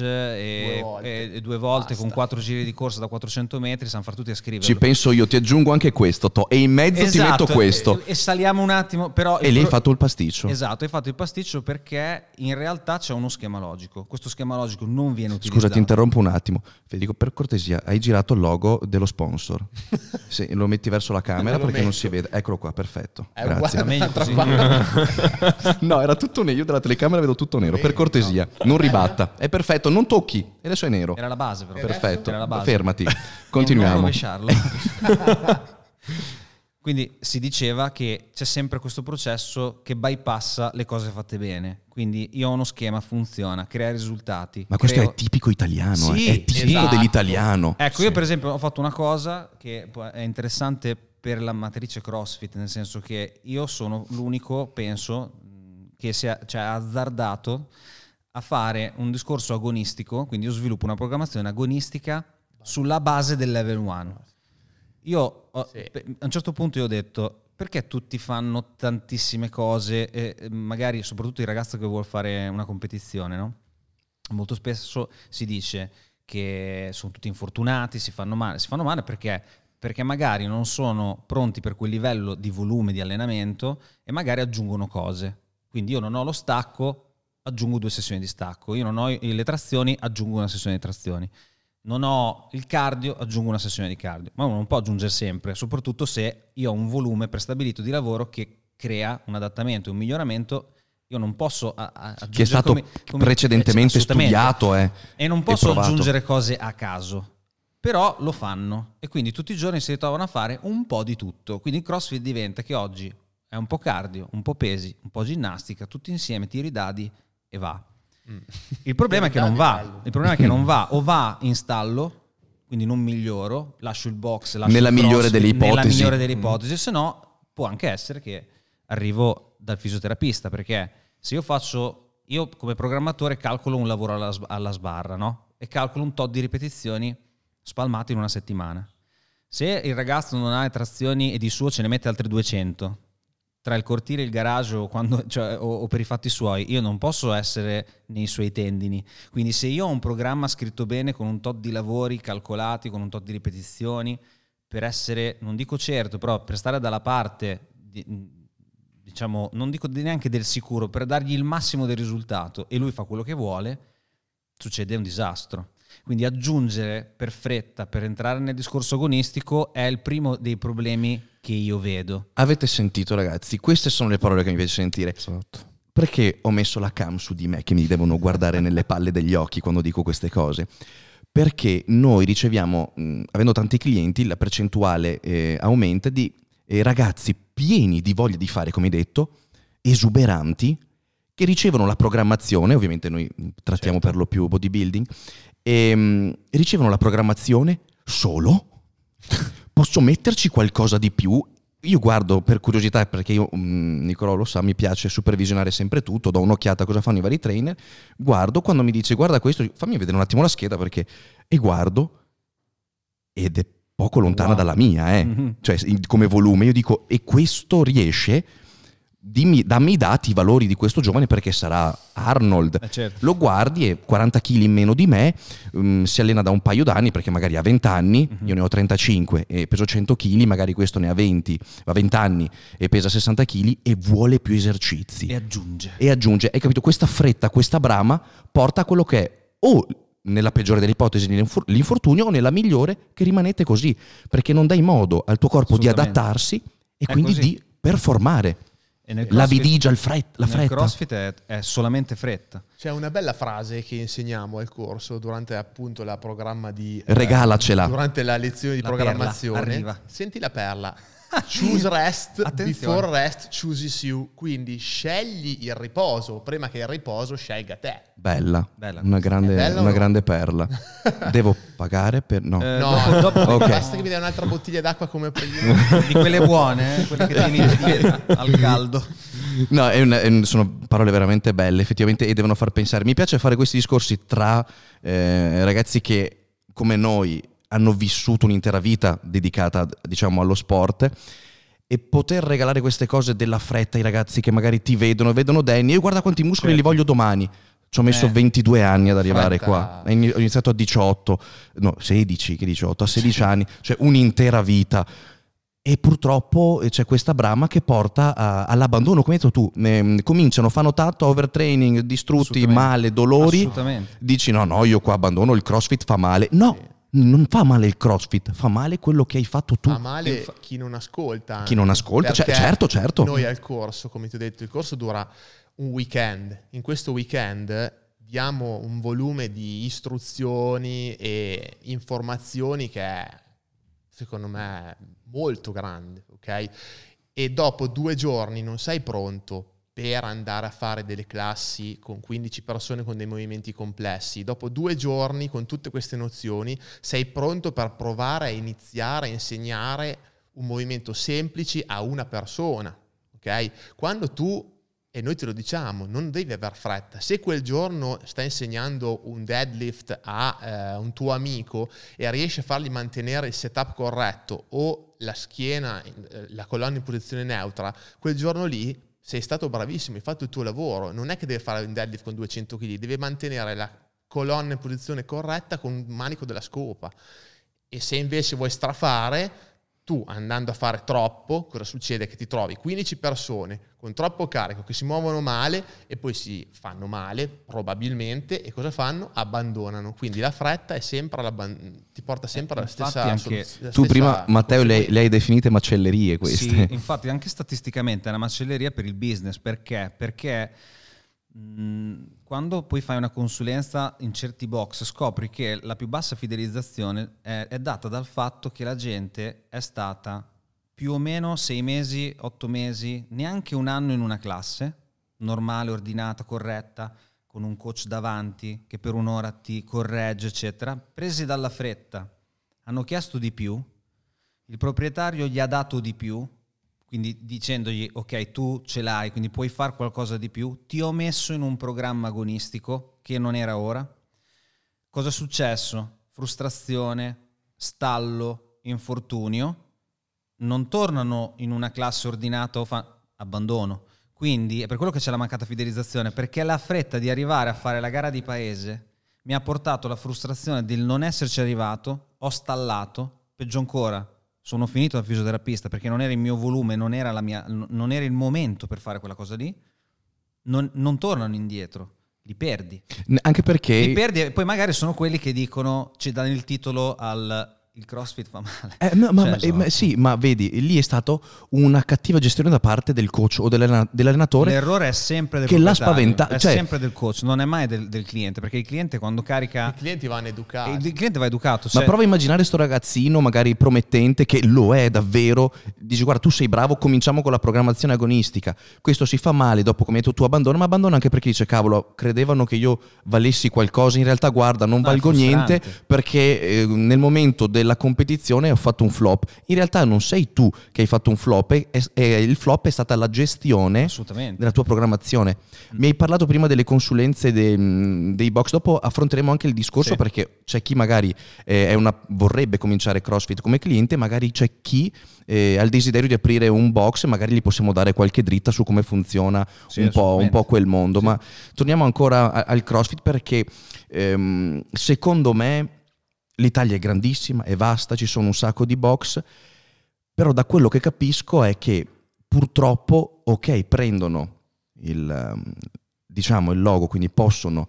e 2 volte con 4 giri di corsa da 400 metri, sanno far tutti a scriverlo. Ci penso io, ti aggiungo anche questo, e in mezzo ti metto questo. E saliamo un attimo, però... E lì hai fatto il pasticcio. Esatto, hai fatto il pasticcio perché in realtà c'è uno schema logico. Questo schema logico non viene utilizzato. Scusa, ti interrompo un attimo. Dico, per cortesia, hai girato il logo dello sponsor. Sì, lo metti verso la camera perché non si vede. Eccolo qua, perfetto. Grazie. Meglio così. No, era tutto nero. Io dalla telecamera vedo tutto nero. Per cortesia, non ribatta. È perfetto, non tocchi. E adesso è nero. Era la base, però. Perfetto. Era la base. Fermati. Continuiamo. Non rovesciarlo. Quindi si diceva che c'è sempre questo processo che bypassa le cose fatte bene. Quindi io ho uno schema, funziona, crea risultati. Ma questo è tipico italiano, sì, è tipico dell'italiano. Ecco, io per esempio ho fatto una cosa che è interessante per la matrice CrossFit, nel senso che io sono l'unico, penso, che si è azzardato a fare un discorso agonistico, quindi io sviluppo una programmazione agonistica sulla base del level 1. Io a un certo punto io ho detto, perché tutti fanno tantissime cose, e magari soprattutto il ragazzo che vuole fare una competizione, no? Molto spesso si dice che sono tutti infortunati, si fanno male perché magari non sono pronti per quel livello di volume di allenamento e magari aggiungono cose. Quindi io non ho lo stacco, aggiungo 2 sessioni di stacco. Io non ho le trazioni, aggiungo una sessione di trazioni. Non ho il cardio, aggiungo una sessione di cardio. Ma uno non può aggiungere sempre, soprattutto se io ho un volume prestabilito di lavoro che crea un adattamento e un miglioramento. Io non posso aggiungere, che è stato precedentemente studiato e non posso aggiungere cose a caso. Però lo fanno e quindi tutti i giorni si ritrovano a fare un po' di tutto. Quindi il CrossFit diventa che oggi è un po' cardio, un po' pesi, un po' ginnastica, tutti insieme, tiri i dadi e va. Il problema è che non va. Il problema è che non va, o va in stallo, quindi non miglioro, lascio il box, lascio nella il migliore delle ipotesi. Nella migliore delle ipotesi, se no può anche essere che arrivo dal fisioterapista, perché se io come programmatore calcolo un lavoro alla sbarra, no? E calcolo un tot di ripetizioni spalmate in una settimana. Se il ragazzo non ha le trazioni e di suo ce ne mette altre 200 tra il cortile e il garage o per i fatti suoi, io non posso essere nei suoi tendini. Quindi se io ho un programma scritto bene con un tot di lavori calcolati, con un tot di ripetizioni, per essere, non dico certo, però per stare dalla parte diciamo, non dico neanche del sicuro, per dargli il massimo del risultato, e lui fa quello che vuole, succede un disastro. Quindi aggiungere per fretta, per entrare nel discorso agonistico, è il primo dei problemi che io vedo. Avete sentito, ragazzi? Queste sono le parole che mi piace sentire. Esatto. Perché ho messo la cam su di me, che mi devono guardare nelle palle degli occhi quando dico queste cose? Perché noi riceviamo, avendo tanti clienti, la percentuale aumenta di ragazzi pieni di voglia di fare, come hai detto, esuberanti, che ricevono la programmazione, ovviamente noi trattiamo per lo più bodybuilding, e ricevono la programmazione solo? Posso metterci qualcosa di più? Io guardo per curiosità, perché io, Nicolò lo sa, mi piace supervisionare sempre tutto, do un'occhiata a cosa fanno i vari trainer, guardo, quando mi dice guarda questo, fammi vedere un attimo la scheda, perché, e guardo, ed è poco lontana dalla mia, cioè come volume, io dico, e questo riesce? Dammi i dati, i valori di questo giovane, perché sarà Arnold. Certo. Lo guardi, è 40 kg in meno di me, si allena da un paio d'anni, perché magari ha 20 anni, io ne ho 35 e peso 100 kg, magari questo ne ha 20 anni e pesa 60 kg e vuole più esercizi. E aggiunge. Hai capito? Questa fretta, questa brama porta a quello che è, o nella peggiore delle ipotesi l'infortunio, o nella migliore che rimanete così, perché non dai modo al tuo corpo di adattarsi e quindi così. di performare. E nel La CrossFit- vidigia, la fretta. Nel CrossFit è solamente fretta. C'è una bella frase che insegniamo al corso durante appunto la programma di... Regalacela. Durante la lezione di La programmazione. perla, arriva. Senti la perla. Choose rest, Attenzione. before rest chooses you. Quindi scegli il riposo prima che il riposo scelga te. Bella. Bella Una grande, Bella o una no? grande perla. Devo pagare per... No. No, dopo Ok. basta che mi dai un'altra bottiglia d'acqua come prima. di quelle buone, quelle che tieni al caldo. No, sono parole veramente belle, effettivamente, e devono far pensare. Mi piace fare questi discorsi tra ragazzi che, come noi, hanno vissuto un'intera vita dedicata, diciamo, allo sport, e poter regalare queste cose della fretta ai ragazzi che magari ti vedono Danny, io guarda quanti muscoli li voglio domani. Ci ho messo 22 anni ad arrivare Fretta. qua. Ho iniziato a 18, no, 16, che 18, a 16 anni, cioè un'intera vita. E purtroppo c'è questa brama che porta all'abbandono, come hai detto tu. Cominciano, fanno tanto overtraining, distrutti, Assolutamente. male, dolori. Assolutamente. Dici no, io qua abbandono, il CrossFit fa male. No, non fa male il CrossFit, fa male quello che hai fatto tu. Fa male chi non ascolta. Chi non ascolta, cioè, Perché certo. Noi al corso, come ti ho detto, il corso dura un weekend. In questo weekend diamo un volume di istruzioni e informazioni che è, secondo me, molto grande, ok? E dopo 2 giorni non sei pronto per andare a fare delle classi con 15 persone con dei movimenti complessi. Dopo 2 giorni, con tutte queste nozioni, sei pronto per provare a iniziare a insegnare un movimento semplice a una persona, ok? Quando tu, e noi te lo diciamo, non devi aver fretta. Se quel giorno stai insegnando un deadlift a un tuo amico e riesci a fargli mantenere il setup corretto o la schiena, la colonna in posizione neutra, quel giorno lì sei stato bravissimo, hai fatto il tuo lavoro. Non è che deve fare un deadlift con 200 kg, deve mantenere la colonna in posizione corretta con un manico della scopa. E se invece vuoi strafare, tu andando a fare troppo, cosa succede? Che ti trovi 15 persone con troppo carico che si muovono male e poi si fanno male probabilmente, e cosa fanno? Abbandonano. Quindi la fretta è sempre ti porta sempre alla Infatti stessa anche Tu prima, Matteo, le hai definite macellerie queste. Sì, infatti anche statisticamente è una macelleria per il business. Perché quando poi fai una consulenza in certi box scopri che la più bassa fidelizzazione è data dal fatto che la gente è stata più o meno 6 mesi, 8 mesi, neanche un anno in una classe normale, ordinata, corretta, con un coach davanti che per un'ora ti corregge, eccetera, presi dalla fretta, hanno chiesto di più, il proprietario gli ha dato di più, quindi dicendogli ok, tu ce l'hai, quindi puoi fare qualcosa di più, ti ho messo in un programma agonistico che non era ora. Cosa è successo? Frustrazione, stallo, infortunio, non tornano in una classe ordinata o abbandono. Quindi è per quello che c'è la mancata fidelizzazione, perché la fretta di arrivare a fare la gara di paese mi ha portato la frustrazione del non esserci arrivato, ho stallato, peggio ancora, sono finito da fisioterapista perché non era il mio volume, non era il momento per fare quella cosa lì, non tornano indietro, li perdi. Anche perché... Li perdi e poi magari sono quelli che dicono, ci danno il titolo il CrossFit fa male. Sì, ma vedi, lì è stato una cattiva gestione da parte del coach o dell'allenatore. L'errore è sempre del che l'ha spaventato, è sempre del coach, non è mai del cliente, perché il cliente quando carica... I clienti vanno educati. Il cliente va educato. Ma prova a immaginare sto ragazzino magari promettente, che lo è davvero, dici guarda tu sei bravo, cominciamo con la programmazione agonistica, questo si fa male, dopo come hai detto tu abbandona, ma abbandona anche perché dice cavolo, credevano che io valessi qualcosa, in realtà guarda non valgo niente perché nel momento della competizione ho fatto un flop. In realtà non sei tu che hai fatto un flop, e il flop è stata la gestione della tua programmazione. Mi hai parlato prima delle consulenze dei box, dopo affronteremo anche il discorso perché c'è chi magari vorrebbe cominciare CrossFit come cliente, magari c'è chi ha il desiderio di aprire un box e magari gli possiamo dare qualche dritta su come funziona un po' quel mondo. Ma torniamo ancora al CrossFit perché secondo me l'Italia è grandissima, è vasta, ci sono un sacco di box, però da quello che capisco è che purtroppo, prendono il logo, quindi possono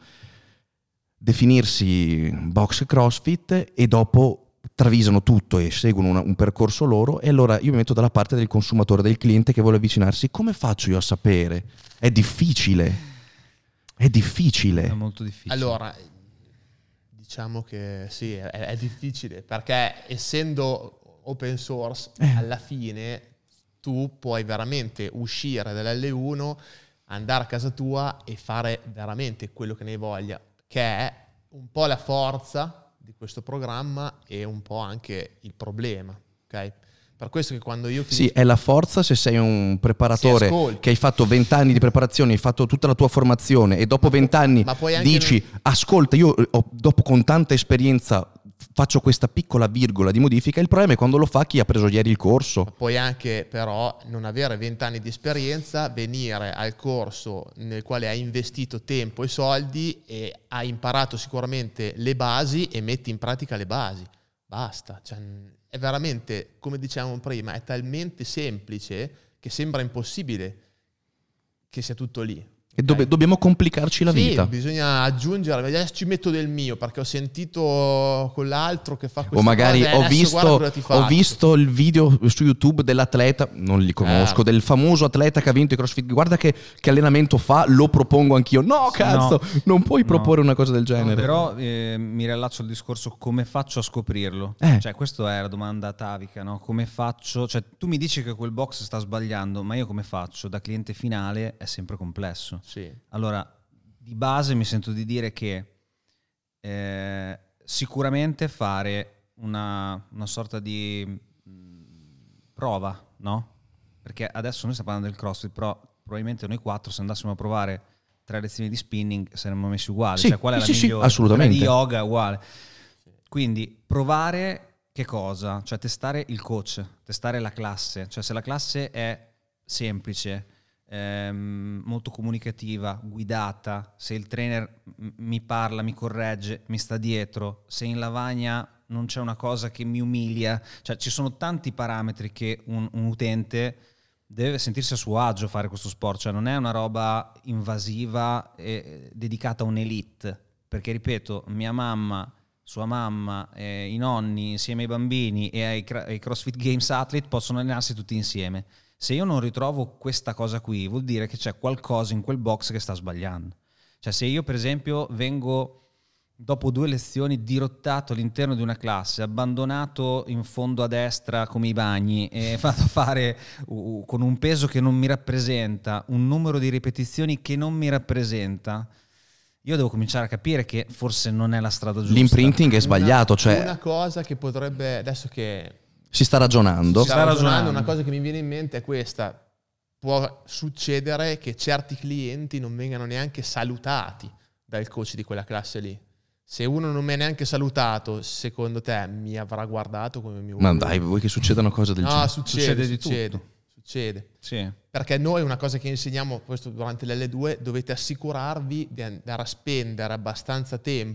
definirsi box CrossFit e dopo travisano tutto e seguono un percorso loro, e allora io mi metto dalla parte del consumatore, del cliente che vuole avvicinarsi. Come faccio io a sapere? È difficile. È molto difficile. Allora, diciamo che sì, è difficile perché essendo open source alla fine tu puoi veramente uscire dall'L1, andare a casa tua e fare veramente quello che ne hai voglia, che è un po' la forza di questo programma e un po' anche il problema, ok? Per questo che quando io Sì, è la forza se sei un preparatore che hai fatto 20 anni di preparazione, hai fatto tutta la tua formazione e dopo 20 anni dici ascolta, io dopo con tanta esperienza faccio questa piccola virgola di modifica. Il problema è quando lo fa chi ha preso ieri il corso. Puoi anche però non avere 20 anni di esperienza, venire al corso nel quale hai investito tempo e soldi e hai imparato sicuramente le basi e metti in pratica le basi. Basta, cioè, è veramente, come dicevamo prima, è talmente semplice che sembra impossibile che sia tutto lì. E dobbiamo complicarci la vita. Bisogna aggiungere, adesso ci metto del mio perché ho sentito quell'altro che fa questa o magari cosa, ho visto il video su YouTube dell'atleta, non li conosco, del famoso atleta che ha vinto i CrossFit, guarda che allenamento fa, lo propongo anch'io. No, cazzo, non puoi proporre una cosa del genere. Però mi riallaccio al discorso, come faccio a scoprirlo? Cioè, questa è la domanda atavica, no? Come faccio? Cioè, tu mi dici che quel box sta sbagliando, ma io come faccio? Da cliente finale è sempre complesso. Sì. Allora, di base mi sento di dire che sicuramente fare una sorta di prova, no? Perché adesso noi stiamo parlando del CrossFit, però probabilmente noi 4 se andassimo a provare 3 lezioni di spinning saremmo messi uguali. Sì, cioè, qual è la migliore? Assolutamente. Di yoga uguale. Quindi provare che cosa? Cioè testare il coach, testare la classe. Cioè se la classe è semplice, molto comunicativa, guidata, se il trainer mi parla, mi corregge, mi sta dietro, se in lavagna non c'è una cosa che mi umilia, cioè ci sono tanti parametri che un utente deve sentirsi a suo agio a fare questo sport, cioè non è una roba invasiva e dedicata a un'elite, perché ripeto, mia mamma, sua mamma, i nonni insieme ai bambini e ai CrossFit Games Athlete possono allenarsi tutti insieme. Se io non ritrovo questa cosa qui, vuol dire che c'è qualcosa in quel box che sta sbagliando. Cioè se io per esempio vengo dopo 2 lezioni dirottato all'interno di una classe, abbandonato in fondo a destra come i bagni e fatto fare con un peso che non mi rappresenta, un numero di ripetizioni che non mi rappresenta, io devo cominciare a capire che forse non è la strada giusta. L'imprinting è sbagliato. Una cosa che potrebbe, adesso che si sta ragionando, una cosa che mi viene in mente è questa: può succedere che certi clienti non vengano neanche salutati dal coach di quella classe lì. Se uno non mi ha neanche salutato, secondo te mi avrà guardato come mi vuole? Ma dai, vuoi che succedano cose del genere? No, succede. Sì. Perché noi una cosa che insegniamo questo durante l'L2, dovete assicurarvi di andare a spendere abbastanza tempo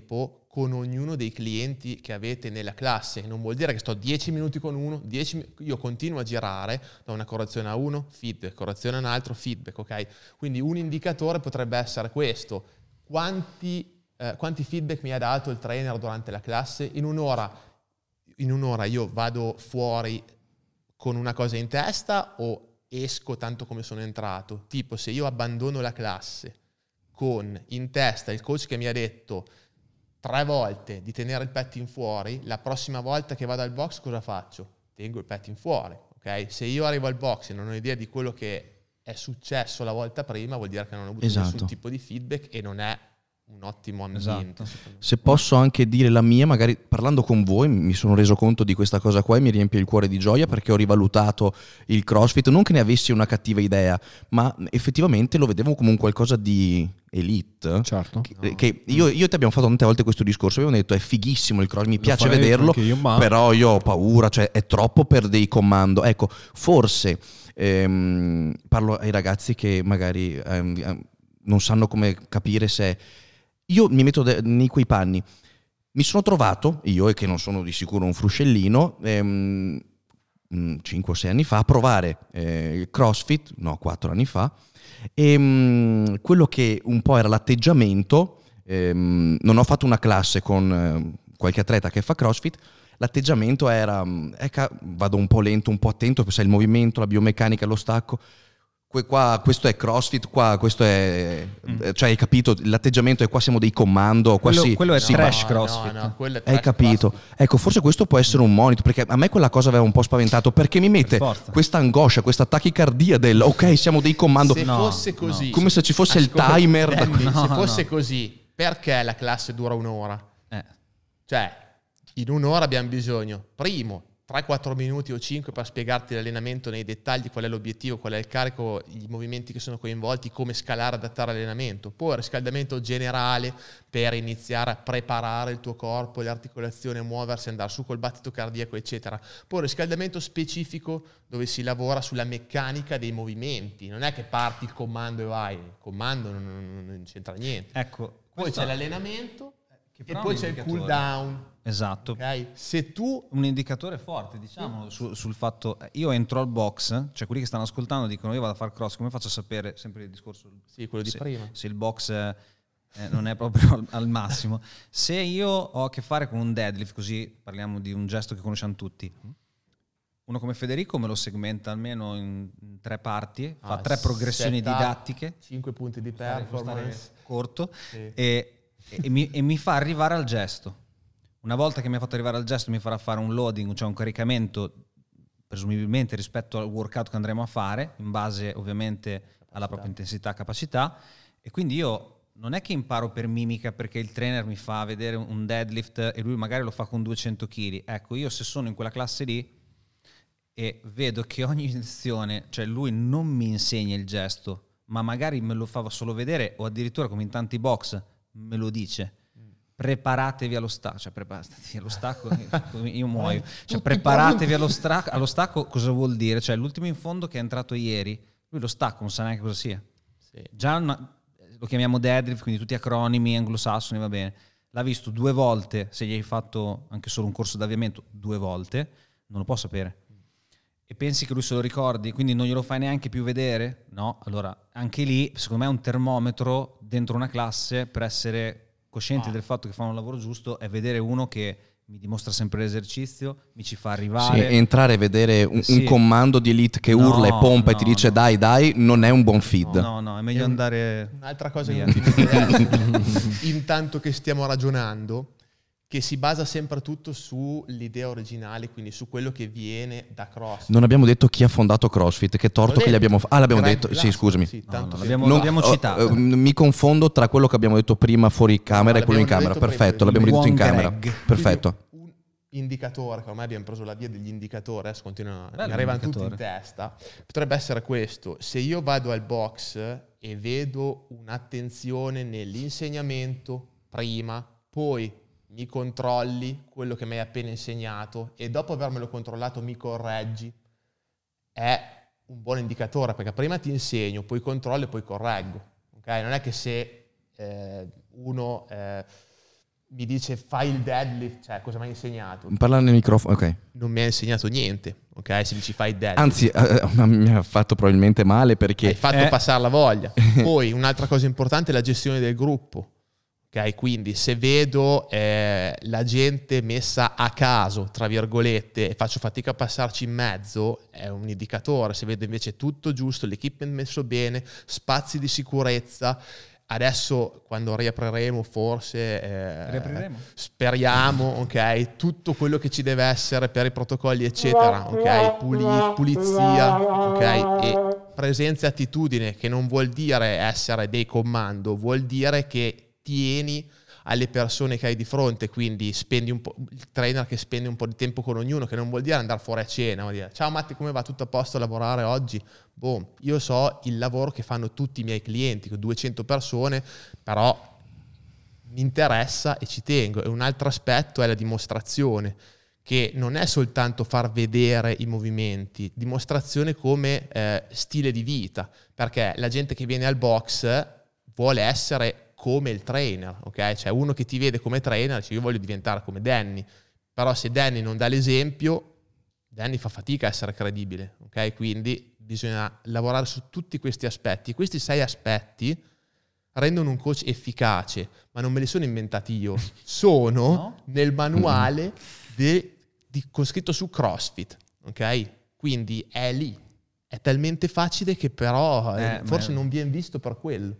con ognuno dei clienti che avete nella classe. Non vuol dire che sto 10 minuti con uno, io continuo a girare da una correzione a uno, feedback, correzione a un altro, feedback, ok? Quindi un indicatore potrebbe essere questo: quanti feedback mi ha dato il trainer durante la classe. In un'ora io vado fuori con una cosa in testa o esco tanto come sono entrato? Tipo, se io abbandono la classe con in testa il coach che mi ha detto 3 volte di tenere il petting fuori, la prossima volta che vado al box cosa faccio? Tengo il petting fuori, ok? Se io arrivo al box e non ho idea di quello che è successo la volta prima, vuol dire che non ho avuto nessun tipo di feedback e non è un ottimo ambiente. Se posso anche dire la mia, magari parlando con voi mi sono reso conto di questa cosa qua e mi riempie il cuore di gioia, perché ho rivalutato il CrossFit, non che ne avessi una cattiva idea, ma effettivamente lo vedevo come un qualcosa di elite. Certo. Che io e te abbiamo fatto tante volte questo discorso, abbiamo detto è fighissimo il CrossFit, mi piace vederlo, però io ho paura, cioè è troppo per dei comando. Ecco, forse parlo ai ragazzi che magari non sanno come capire se... Io mi metto nei quei panni. Mi sono trovato, io, e che non sono di sicuro un fruscellino, 5 o 6 anni fa, a provare il CrossFit, 4 anni fa, e quello che un po' era l'atteggiamento, non ho fatto una classe con qualche atleta che fa CrossFit, l'atteggiamento era, vado un po' lento, un po' attento, sai, il movimento, la biomeccanica, lo stacco. Qua, questo è CrossFit, qua questo è... Cioè, hai capito? L'atteggiamento è qua siamo dei comando. Qua quello è trash CrossFit. No, quello è trash. Hai capito? CrossFit. Ecco, forse questo può essere un monito, perché a me quella cosa aveva un po' spaventato, perché mi mette questa angoscia, questa tachicardia del ok, siamo dei comando. Se fosse così... Come se ci fosse il timer. Se fosse così, perché la classe dura un'ora? Cioè, in un'ora abbiamo bisogno, primo, 3-4 minuti o 5 per spiegarti l'allenamento nei dettagli, qual è l'obiettivo, qual è il carico, i movimenti che sono coinvolti, come scalare, adattare l'allenamento. Poi riscaldamento generale per iniziare a preparare il tuo corpo, le articolazioni a muoversi, andare su col battito cardiaco, eccetera. Poi riscaldamento specifico dove si lavora sulla meccanica dei movimenti. Non è che parti il comando e vai, il comando non c'entra niente. Ecco, poi c'è l'allenamento e poi c'è il cool down. Esatto. Okay. Se tu un indicatore forte, diciamo, sul fatto, io entro al box, cioè quelli che stanno ascoltando dicono io vado a fare cross, come faccio a sapere, sempre il discorso, quello di prima, se il box non è proprio al massimo. Se io ho a che fare con un deadlift, così parliamo di un gesto che conosciamo tutti, uno come Federico me lo segmenta almeno in 3 parti, fa 3 progressioni didattiche, 5 punti di performance corto, sì. e mi fa arrivare al gesto. Una volta che mi ha fatto arrivare al gesto mi farà fare un loading, cioè un caricamento presumibilmente rispetto al workout che andremo a fare, in base ovviamente alla propria intensità, capacità, e quindi io non è che imparo per mimica perché il trainer mi fa vedere un deadlift e lui magari lo fa con 200 kg. Ecco, io se sono in quella classe lì e vedo che ogni lezione, cioè lui non mi insegna il gesto, ma magari me lo fa solo vedere, o addirittura come in tanti box me lo dice: preparatevi allo stacco, cioè preparatevi allo stacco, io muoio, cioè preparatevi allo stacco cosa vuol dire? Cioè l'ultimo in fondo che è entrato ieri, lui lo stacco non sa neanche cosa sia, sì. Già lo chiamiamo deadlift, quindi tutti acronimi anglosassoni, va bene, l'ha visto 2 volte, se gli hai fatto anche solo un corso d'avviamento 2 volte, non lo può sapere. E pensi che lui se lo ricordi, quindi non glielo fai neanche più vedere? No? Allora anche lì secondo me è un termometro dentro una classe per essere coscienti del fatto che fanno un lavoro giusto, è vedere uno che mi dimostra sempre l'esercizio, mi ci fa arrivare. Sì, entrare e vedere un comando di elite che urla e pompa e ti dice dai, non è un buon feed. No, è meglio andare... Un'altra cosa che non ti dico intanto che stiamo ragionando, che si basa sempre tutto sull'idea originale, quindi su quello che viene da CrossFit. Non abbiamo detto chi ha fondato CrossFit, che torto che gli abbiamo fatto. L'abbiamo detto, Glassman, sì, scusami. Sì, l'abbiamo citato. Mi confondo tra quello che abbiamo detto prima fuori camera e quello in camera. Perfetto, l'abbiamo detto in camera. Perfetto. Un indicatore, che ormai abbiamo preso la via degli indicatori, adesso mi arrivano tutti in testa, potrebbe essere questo: se io vado al box e vedo un'attenzione nell'insegnamento prima, poi mi controlli quello che mi hai appena insegnato e dopo avermelo controllato mi correggi, è un buon indicatore, perché prima ti insegno, poi controllo e poi correggo. Okay? Non è che se uno mi dice fai il deadlift, cioè cosa mi ha insegnato? Parla nel microfono, ok. Non mi ha insegnato niente, ok? Se dici fai il deadlift. Anzi, mi ha fatto probabilmente male perché... Hai fatto passare la voglia. Poi un'altra cosa importante è la gestione del gruppo. Ok, quindi se vedo la gente messa a caso, tra virgolette, e faccio fatica a passarci in mezzo, è un indicatore. Se vedo invece tutto giusto, l'equipment messo bene, spazi di sicurezza. Adesso quando riapriremo forse speriamo, ok, tutto quello che ci deve essere per i protocolli eccetera, ok, pulizia, ok, e presenza e attitudine, che non vuol dire essere dei comando, vuol dire che tieni alle persone che hai di fronte, quindi spendi un po', il trainer che spende un po' di tempo con ognuno, che non vuol dire andare fuori a cena, vuol dire ciao Matti, come va, tutto a posto a lavorare oggi? Boom, io so il lavoro che fanno tutti i miei clienti con 200 persone, però mi interessa e ci tengo. E un altro aspetto è la dimostrazione, che non è soltanto far vedere i movimenti, dimostrazione come stile di vita, perché la gente che viene al box vuole essere come il trainer, ok? Cioè uno che ti vede come trainer dice io voglio diventare come Danny, però se Danny non dà l'esempio, Danny fa fatica a essere credibile, ok? Quindi bisogna lavorare su tutti questi aspetti. Questi 6 aspetti rendono un coach efficace, ma non me li sono inventati io, sono nel manuale con scritto su CrossFit, ok? Quindi è lì, è talmente facile che però forse non viene visto per quello.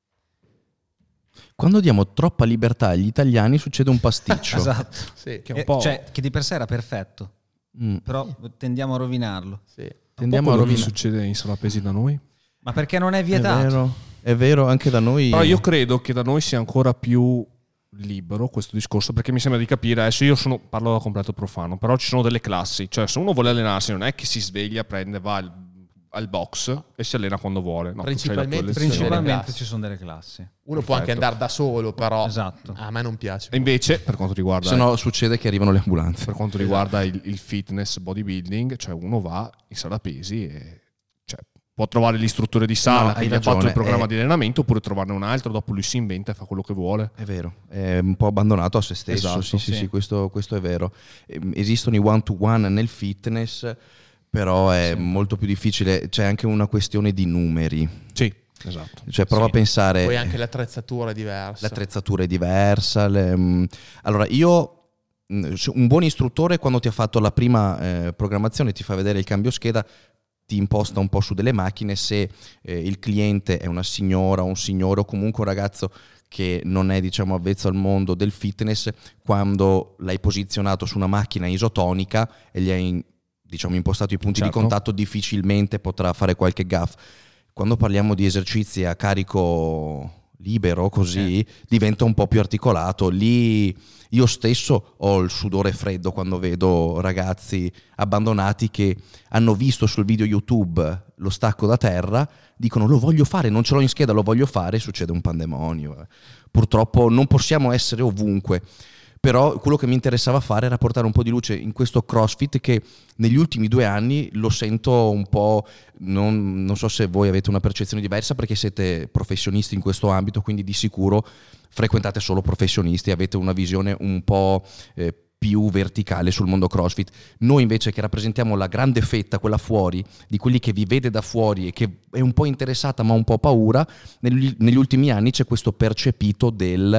Quando diamo troppa libertà agli italiani succede un pasticcio. Esatto. Sì. Che, cioè, che di per sé era perfetto, però tendiamo a rovinarlo. Sì. Tendiamo a rovinare. Che succede in sala pesi da noi? Ma perché non è vietato? È vero, anche da noi. Però io credo che da noi sia ancora più libero questo discorso, perché mi sembra di capire, adesso io parlo da completo profano, però ci sono delle classi, cioè se uno vuole allenarsi non è che si sveglia, prende, va al box e si allena quando vuole. No, principalmente ci sono delle classi. Uno può anche andare da solo, però a me non piace. E invece per quanto riguarda, se no succede che arrivano le ambulanze. Per quanto riguarda il fitness, bodybuilding, cioè uno va in sala pesi e può trovare l'istruttore di sala che gli ha fatto il programma di allenamento, oppure trovarne un altro, dopo lui si inventa e fa quello che vuole. È vero, è un po' abbandonato a se stesso. Esatto, sì, questo è vero. Esistono i one-to-one nel fitness, però è molto più difficile, c'è anche una questione di numeri. Sì, esatto. Cioè prova a pensare... Poi anche l'attrezzatura è diversa. L'attrezzatura è diversa. Allora io, un buon istruttore quando ti ha fatto la prima programmazione, ti fa vedere il cambio scheda, ti imposta un po' su delle macchine. Se il cliente è una signora, un signore o comunque un ragazzo che non è avvezzo al mondo del fitness, quando l'hai posizionato su una macchina isotonica e gli hai impostato i punti di contatto, difficilmente potrà fare qualche gaff. Quando parliamo di esercizi a carico libero, così diventa un po' più articolato. Lì io stesso ho il sudore freddo quando vedo ragazzi abbandonati che hanno visto sul video YouTube lo stacco da terra, dicono lo voglio fare, non ce l'ho in scheda, lo voglio fare, succede un pandemonio. Purtroppo non possiamo essere ovunque. Però quello che mi interessava fare era portare un po' di luce in questo CrossFit, che negli ultimi 2 anni lo sento un po', non so se voi avete una percezione diversa perché siete professionisti in questo ambito, quindi di sicuro frequentate solo professionisti, avete una visione un po' più verticale sul mondo CrossFit. Noi invece che rappresentiamo la grande fetta, quella fuori, di quelli che vi vede da fuori e che è un po' interessata ma un po' paura, negli ultimi anni c'è questo percepito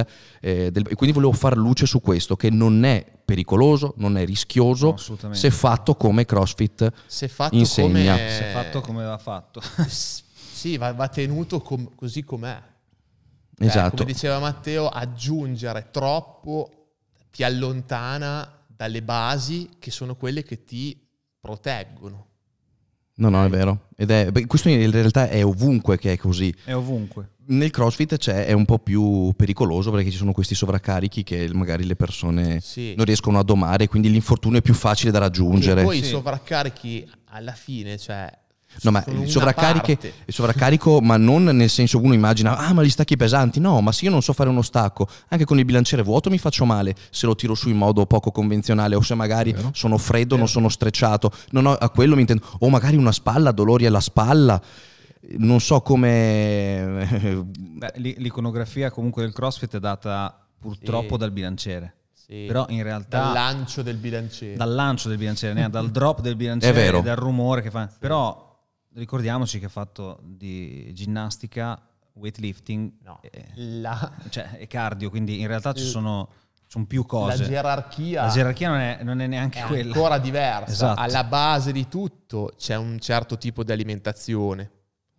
e quindi volevo far luce su questo, che non è pericoloso, non è rischioso, se fatto come CrossFit insegna. Se fatto come va fatto. Sì, va tenuto così com'è. Esatto. Come diceva Matteo, aggiungere troppo ti allontana dalle basi che sono quelle che ti proteggono. No, è vero. Questo in realtà è ovunque che è così. È ovunque. Nel CrossFit è un po' più pericoloso perché ci sono questi sovraccarichi che magari le persone non riescono a domare, quindi l'infortunio è più facile da raggiungere. E poi i sovraccarichi alla fine, no, ma il sovraccarico, ma non nel senso uno immagina, ma gli stacchi pesanti. No, ma se io non so fare uno stacco, anche con il bilanciere vuoto mi faccio male se lo tiro su in modo poco convenzionale, o se magari sono freddo, non sono strecciato. A quello mi intendo. O magari una spalla, dolori alla spalla. Non so come... L'iconografia comunque del CrossFit è data purtroppo dal bilanciere. Sì. Però in realtà dal lancio del bilanciere, dal drop del bilanciere, È vero. dal rumore che fa. Però ricordiamoci che ha fatto di ginnastica, weightlifting e cardio, quindi in realtà sono più cose. La gerarchia non è neanche è quella. ancora diversa. Esatto. Alla base di tutto c'è un certo tipo di alimentazione,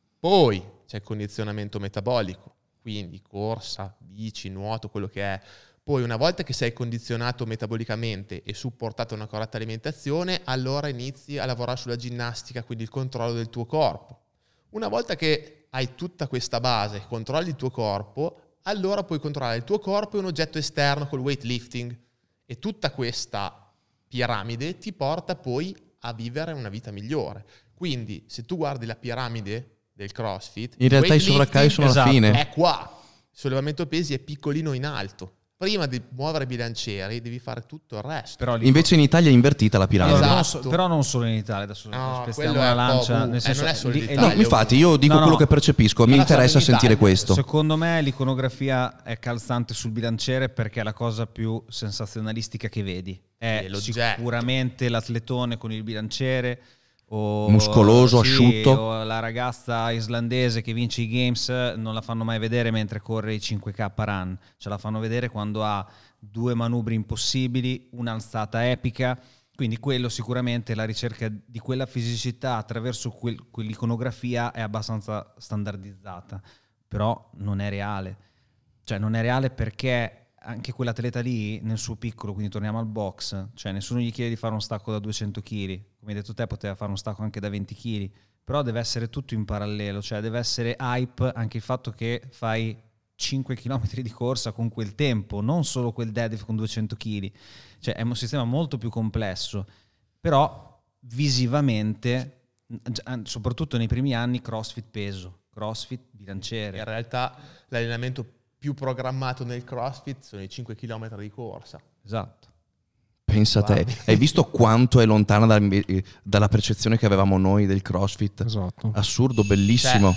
poi c'è il condizionamento metabolico, quindi corsa, bici, nuoto, quello che è. Poi una volta che sei condizionato metabolicamente e supportato una corretta alimentazione, allora inizi a lavorare sulla ginnastica, quindi il controllo del tuo corpo. Una volta che hai tutta questa base, controlli il tuo corpo, allora puoi controllare il tuo corpo e un oggetto esterno col weightlifting. E tutta questa piramide ti porta poi a vivere una vita migliore. Quindi se tu guardi la piramide del CrossFit, in realtà i sovraccarichi sono alla fine. È qua. Il sollevamento pesi è piccolino in alto. Prima di muovere i bilancieri devi fare tutto il resto. Però invece in Italia è invertita la piramide. Esatto. Però non solo in Italia, adesso No, spestiamo quello la è lancia. non è solo in No, Italia. infatti io dico quello che percepisco, mi Ma interessa in sentire Italia. questo. Secondo me l'iconografia è calzante sul bilanciere perché è la cosa più sensazionalistica che vedi. È l'oggetto. Sicuramente l'atletone con il bilanciere, o muscoloso, asciutto, o la ragazza islandese che vince i games non la fanno mai vedere mentre corre i 5K run, ce la fanno vedere quando ha 2 manubri impossibili, un'alzata epica. Quindi quello sicuramente, la ricerca di quella fisicità attraverso quell'iconografia è abbastanza standardizzata, però non è reale. Cioè non è reale perché anche quell'atleta lì nel suo piccolo, quindi torniamo al box, cioè nessuno gli chiede di fare uno stacco da 200 kg, come hai detto te poteva fare uno stacco anche da 20 kg, però deve essere tutto in parallelo, cioè deve essere hype anche il fatto che fai 5 km di corsa con quel tempo, non solo quel deadlift con 200 kg, cioè è un sistema molto più complesso, però visivamente, soprattutto nei primi anni, CrossFit peso, CrossFit bilanciere. In realtà l'allenamento più programmato nel CrossFit sono i 5 km di corsa. Esatto. Pensa a te, hai visto quanto è lontana dalla percezione che avevamo noi del CrossFit? Esatto. Assurdo, bellissimo.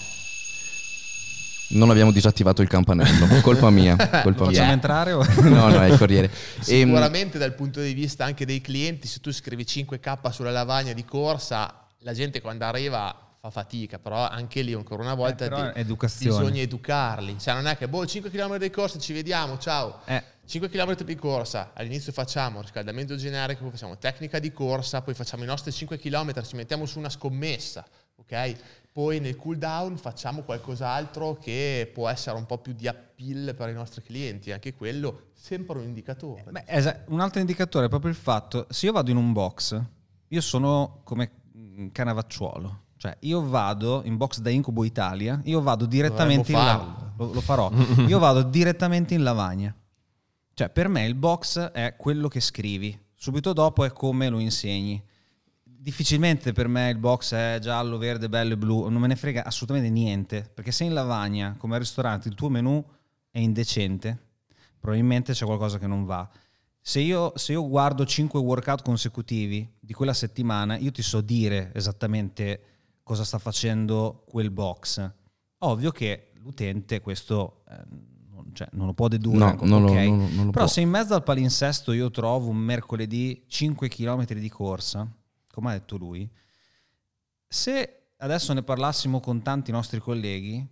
Non abbiamo disattivato il campanello, colpa mia. Colpa Facciamo mia. entrare o? No, è il corriere. Sicuramente dal punto di vista anche dei clienti, se tu scrivi 5K sulla lavagna di corsa, la gente quando arriva fa fatica, però anche lì ancora una volta bisogna educarli. Cioè non è che 5 km di corsa, ci vediamo, ciao. 5 km di corsa, all'inizio facciamo riscaldamento generico, poi facciamo tecnica di corsa, poi facciamo i nostri 5 km, ci mettiamo su una scommessa, ok? Poi nel cool down facciamo qualcos'altro che può essere un po' più di appeal per i nostri clienti, anche quello sempre un indicatore. Un altro indicatore è proprio il fatto, se io vado in un box, io sono come Canavacciuolo. Cioè io vado in box da Incubo Italia, io vado direttamente lo farò. Io vado direttamente in lavagna. Cioè per me il box è quello che scrivi, subito dopo è come lo insegni. Difficilmente per me il box è giallo, verde, bello e blu, non me ne frega assolutamente niente, perché se in lavagna, come al ristorante, il tuo menù è indecente, probabilmente c'è qualcosa che non va. Se io guardo 5 workout consecutivi di quella settimana, io ti so dire esattamente cosa sta facendo quel box. Ovvio che l'utente questo non lo può dedurre, non però se in mezzo al palinsesto io trovo un mercoledì 5 km di corsa, come ha detto lui, se adesso ne parlassimo con tanti nostri colleghi,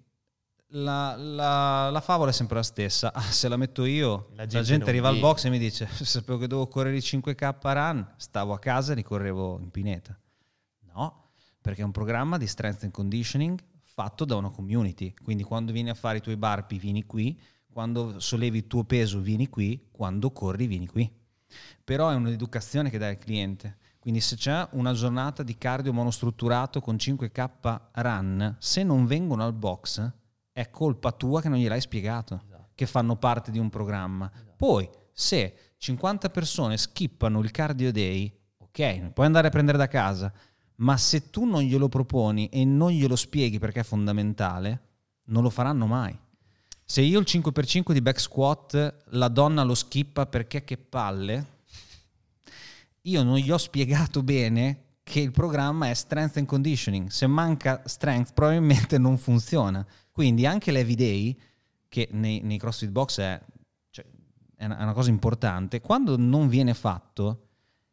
la favola è sempre la stessa. Se la metto io, la gente arriva al box e mi dice: sapevo che dovevo correre i 5K run, stavo a casa e li correvo in pineta. No, perché è un programma di strength and conditioning fatto da una community, quindi quando vieni a fare i tuoi burpee vieni qui, quando sollevi il tuo peso vieni qui, quando corri vieni qui. Però è un'educazione che dai al cliente, quindi se c'è una giornata di cardio monostrutturato con 5K run, se non vengono al box è colpa tua che non gliel'hai spiegato, che fanno parte di un programma. Poi se 50 persone skippano il cardio day, ok, puoi andare a prendere da casa, ma se tu non glielo proponi e non glielo spieghi perché è fondamentale, non lo faranno mai. Se io il 5x5 di back squat la donna lo skippa perché che palle, io non gli ho spiegato bene che il programma è strength and conditioning. Se manca strength probabilmente non funziona. Quindi anche l'heavy day, che nei CrossFit box è è una cosa importante, quando non viene fatto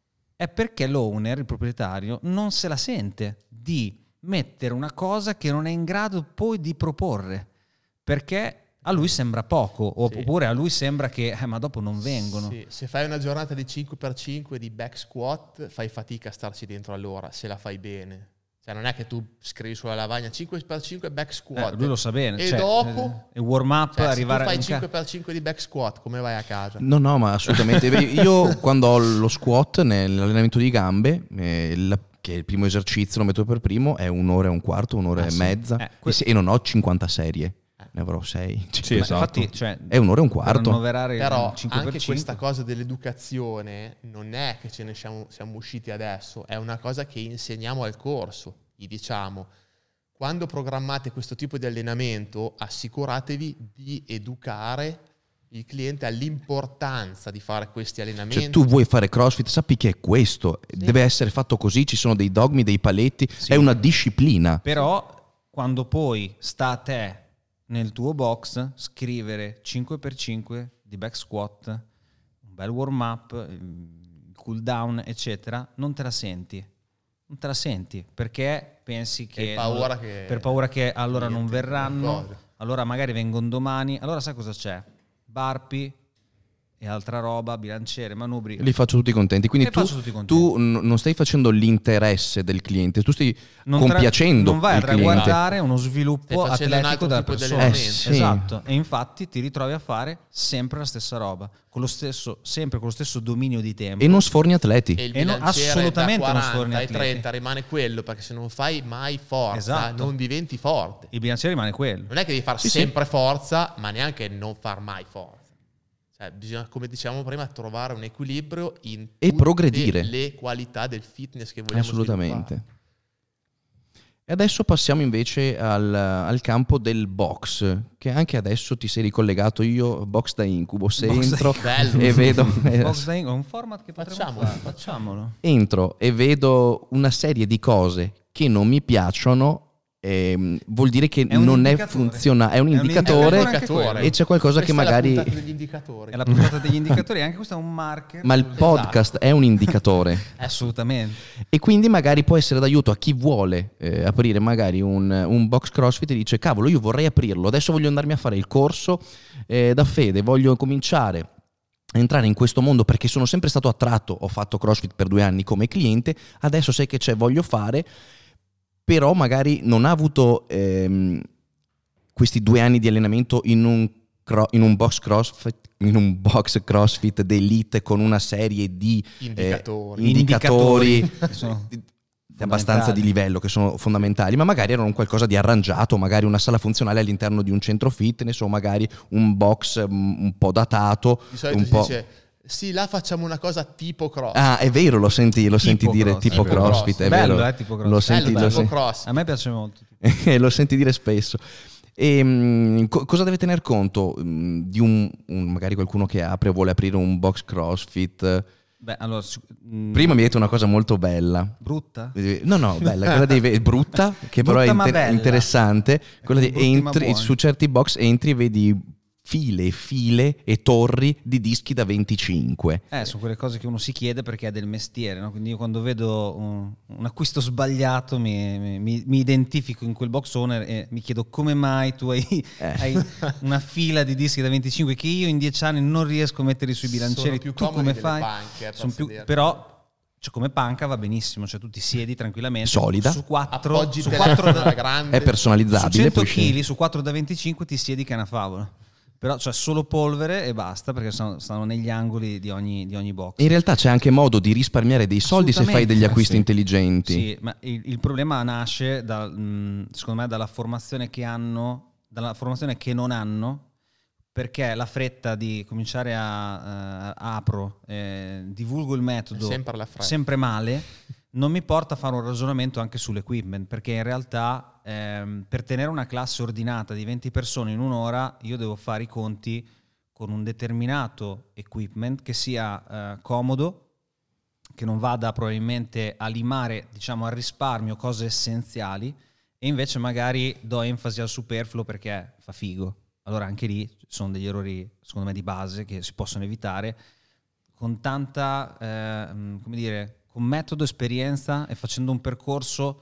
è perché l'owner, il proprietario, non se la sente di mettere una cosa che non è in grado poi di proporre, perché a lui sembra poco, oppure a lui sembra che ma dopo non vengono. Sì. Se fai una giornata di 5x5 di back squat fai fatica a starci dentro all'ora, se la fai bene. Cioè non è che tu scrivi sulla lavagna 5x5 back squat. Lui lo sa bene. E dopo il warm up, cioè, arrivare se tu fai 5x5 di back squat, come vai a casa? No, ma assolutamente. Io quando ho lo squat nell'allenamento di gambe, che è il primo esercizio, lo metto per primo, è 1 ora e un quarto, 1 ora e mezza, e non ho 50 serie. Ne avrò 6. Sì, esatto. Infatti, cioè, è 1 ora e un quarto. Però 5x5. anche questa cosa dell'educazione non è che ce ne siamo usciti adesso, è una cosa che insegniamo al corso. Gli diciamo, quando programmate questo tipo di allenamento, assicuratevi di educare il cliente all'importanza di fare questi allenamenti. Cioè, tu vuoi fare CrossFit, sappi che è questo, deve essere fatto così, ci sono dei dogmi, dei paletti, è una disciplina. Però quando poi sta a te nel tuo box scrivere 5x5 di back squat, un bel warm up, cool down, eccetera, non te la senti. Non te la senti perché pensi che per paura che allora non verranno, allora magari vengono domani, allora sai cosa c'è? Burpee e altra roba, bilanciere, manubri. Li faccio tutti contenti. Quindi tu non stai facendo l'interesse del cliente, tu stai compiacendo non vai il a cliente. traguardare uno sviluppo atletico della persona. Sì. Esatto. E infatti ti ritrovi a fare sempre la stessa roba, sempre con lo stesso dominio di tempo. E non sforni atleti. E il bilanciere assolutamente da 40 non sforni ai atleti. 30 rimane quello, perché se non fai mai forza Esatto. non diventi forte. Il bilanciere rimane quello. Non è che devi fare sempre forza, ma neanche non far mai forza. Cioè, bisogna, come dicevamo prima, trovare un equilibrio in tutte progredire le qualità del fitness che vogliamo assolutamente sviluppare. E adesso passiamo invece al campo del box, che anche adesso ti sei ricollegato. Io box da incubo, se entro e vedo box da incubo è un format che facciamolo. Entro e vedo una serie di cose che non mi piacciono. Vuol dire che non è funzionale, è un indicatore e c'è qualcosa che magari è la puntata degli indicatori. È la puntata degli indicatori, anche questo è un marker. Ma il podcast è un indicatore. Assolutamente. E quindi magari può essere d'aiuto a chi vuole aprire magari un box CrossFit e dice cavolo, io vorrei aprirlo, adesso voglio andarmi a fare il corso da Fede, voglio cominciare a entrare in questo mondo perché sono sempre stato attratto, ho fatto CrossFit per 2 anni come cliente, adesso sai che c'è, voglio fare. Però magari non ha avuto questi 2 anni di allenamento in un box CrossFit d'elite con una serie di indicatori abbastanza di livello che sono fondamentali, ma magari erano qualcosa di arrangiato, magari una sala funzionale all'interno di un centro fitness o magari un box un po' datato. Di solito si dice sì, là facciamo una cosa tipo CrossFit. Ah, è vero, lo senti dire tipo CrossFit, è bello, vero. Tipo CrossFit. Lo senti, A me piace molto. Lo senti dire spesso. E cosa deve tener conto di magari qualcuno che apre o vuole aprire un box CrossFit? Beh, allora, prima mi hai detto una cosa molto bella. Brutta? No, bella, quella di brutta, che però è interessante. Quella di entri su certi box, entri e vedi file e torri di dischi da 25. Sono quelle cose che uno si chiede perché è del mestiere, no? Quindi io quando vedo un acquisto sbagliato mi identifico in quel box owner e mi chiedo come mai tu hai una fila di dischi da 25 che io in 10 anni non riesco a mettere sui bilancieri. Più tu come fai? Panche, però come panca va benissimo, cioè tu ti siedi tranquillamente solida, su 4 grande, è personalizzabile, su 100 kg su 4 da 25 ti siedi che è una favola. Però c'è solo polvere e basta, perché stanno negli angoli di ogni box. In realtà c'è anche modo di risparmiare dei soldi se fai degli acquisti intelligenti. Sì, ma il problema nasce secondo me dalla formazione che hanno, dalla formazione che non hanno, perché la fretta di cominciare apro, divulgo il metodo sempre male, non mi porta a fare un ragionamento anche sull'equipment, perché in realtà per tenere una classe ordinata di 20 persone in un'ora io devo fare i conti con un determinato equipment che sia comodo, che non vada probabilmente a limare, diciamo, al risparmio cose essenziali, e invece magari do enfasi al superfluo perché fa figo. allora anche lì sono degli errori, secondo me, di base che si possono evitare con tanta, come dire, con metodo, esperienza e facendo un percorso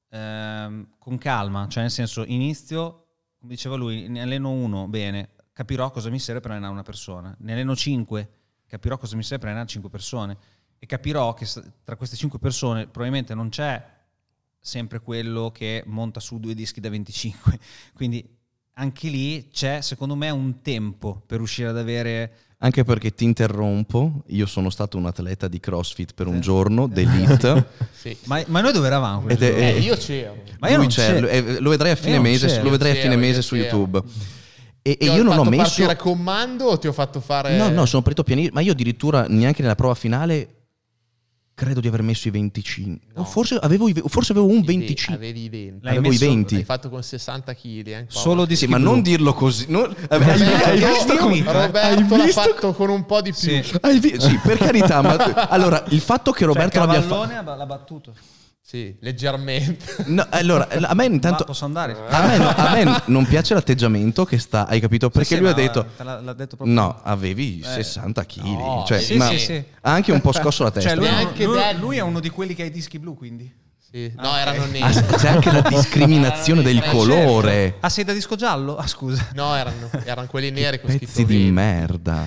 con calma, cioè nel senso inizio, come diceva lui, ne alleno 1, bene, capirò cosa mi serve per allenare una persona, ne alleno 5, capirò cosa mi serve per allenare 5 persone e capirò che tra queste 5 persone probabilmente non c'è sempre quello che monta su 2 dischi da 25, quindi anche lì c'è secondo me un tempo per riuscire ad avere... Anche perché ti interrompo, io sono stato un atleta di CrossFit per un giorno, d'elite. Sì. Ma noi dove eravamo? Io c'ero. Ma io Lui non c'è, c'ero. lo vedrai a fine non mese, c'ero. lo vedrai a fine C'ero, mese io su c'ero. YouTube. E Ti io non ho fatto messo... partire comando o ti ho fatto fare... No, sono partito pianissimo, ma io addirittura neanche nella prova finale credo di aver messo i 25. No. O forse avevo un 25. Avevi i 20. L'hai Avevo i messo- 20. L'hai fatto con 60 kg. Solo di Sì, ski ma blu. non dirlo così. Hai visto come- Roberto l'ha fatto con un po' di più. Sì. Sì, per carità, ma allora il fatto che Roberto Cioè, l'abbia fatto... Cavallone l'ha battuto. Sì, leggermente. No, allora, a me intanto... Posso andare? A me non piace l'atteggiamento che sta, hai capito? Perché Sì, lui ha ma detto... l'ha detto proprio. No, avevi 60 kg. No, Cioè, sì, ma sì. ha anche un po' scosso la testa. Cioè, lui, Neanche Danny. lui è uno di quelli che ha i dischi blu, quindi. Sì. No, erano Ah, neri. c'è anche la discriminazione del colore. Ah, sei da disco giallo? Ah, scusa. No, erano quelli neri con Pezzi scritto di 20. merda.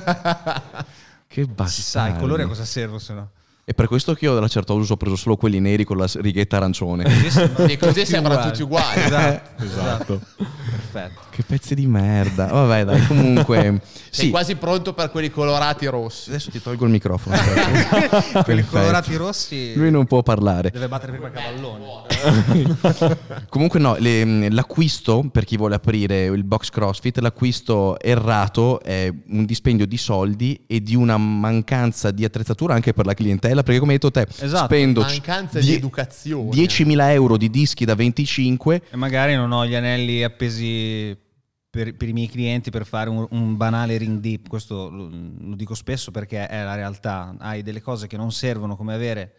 Che Si bastardi. sa, il colore a cosa serve, se no? È per questo che io dalla Certosus ho preso solo quelli neri con la righetta arancione. Sì, così sembrano tutti uguali. Esatto. Perfetto. Che pezzi di merda. Vabbè, dai, comunque... Sei Sì, quasi pronto per quelli colorati rossi. adesso ti tolgo il microfono. aspetta. Quelli Perfetto. colorati rossi Lui non può parlare. deve battere prima Cavallone. Comunque no, l'acquisto, per chi vuole aprire il box CrossFit, l'acquisto errato è un dispendio di soldi e di una mancanza di attrezzatura anche per la clientela, perché come hai detto te, Esatto. spendo Mancanza di educazione. 10.000 euro di dischi da 25. E magari non ho gli anelli appesi per i miei clienti per fare un banale ring dip. Questo lo dico spesso perché è la realtà. Hai delle cose che non servono, come avere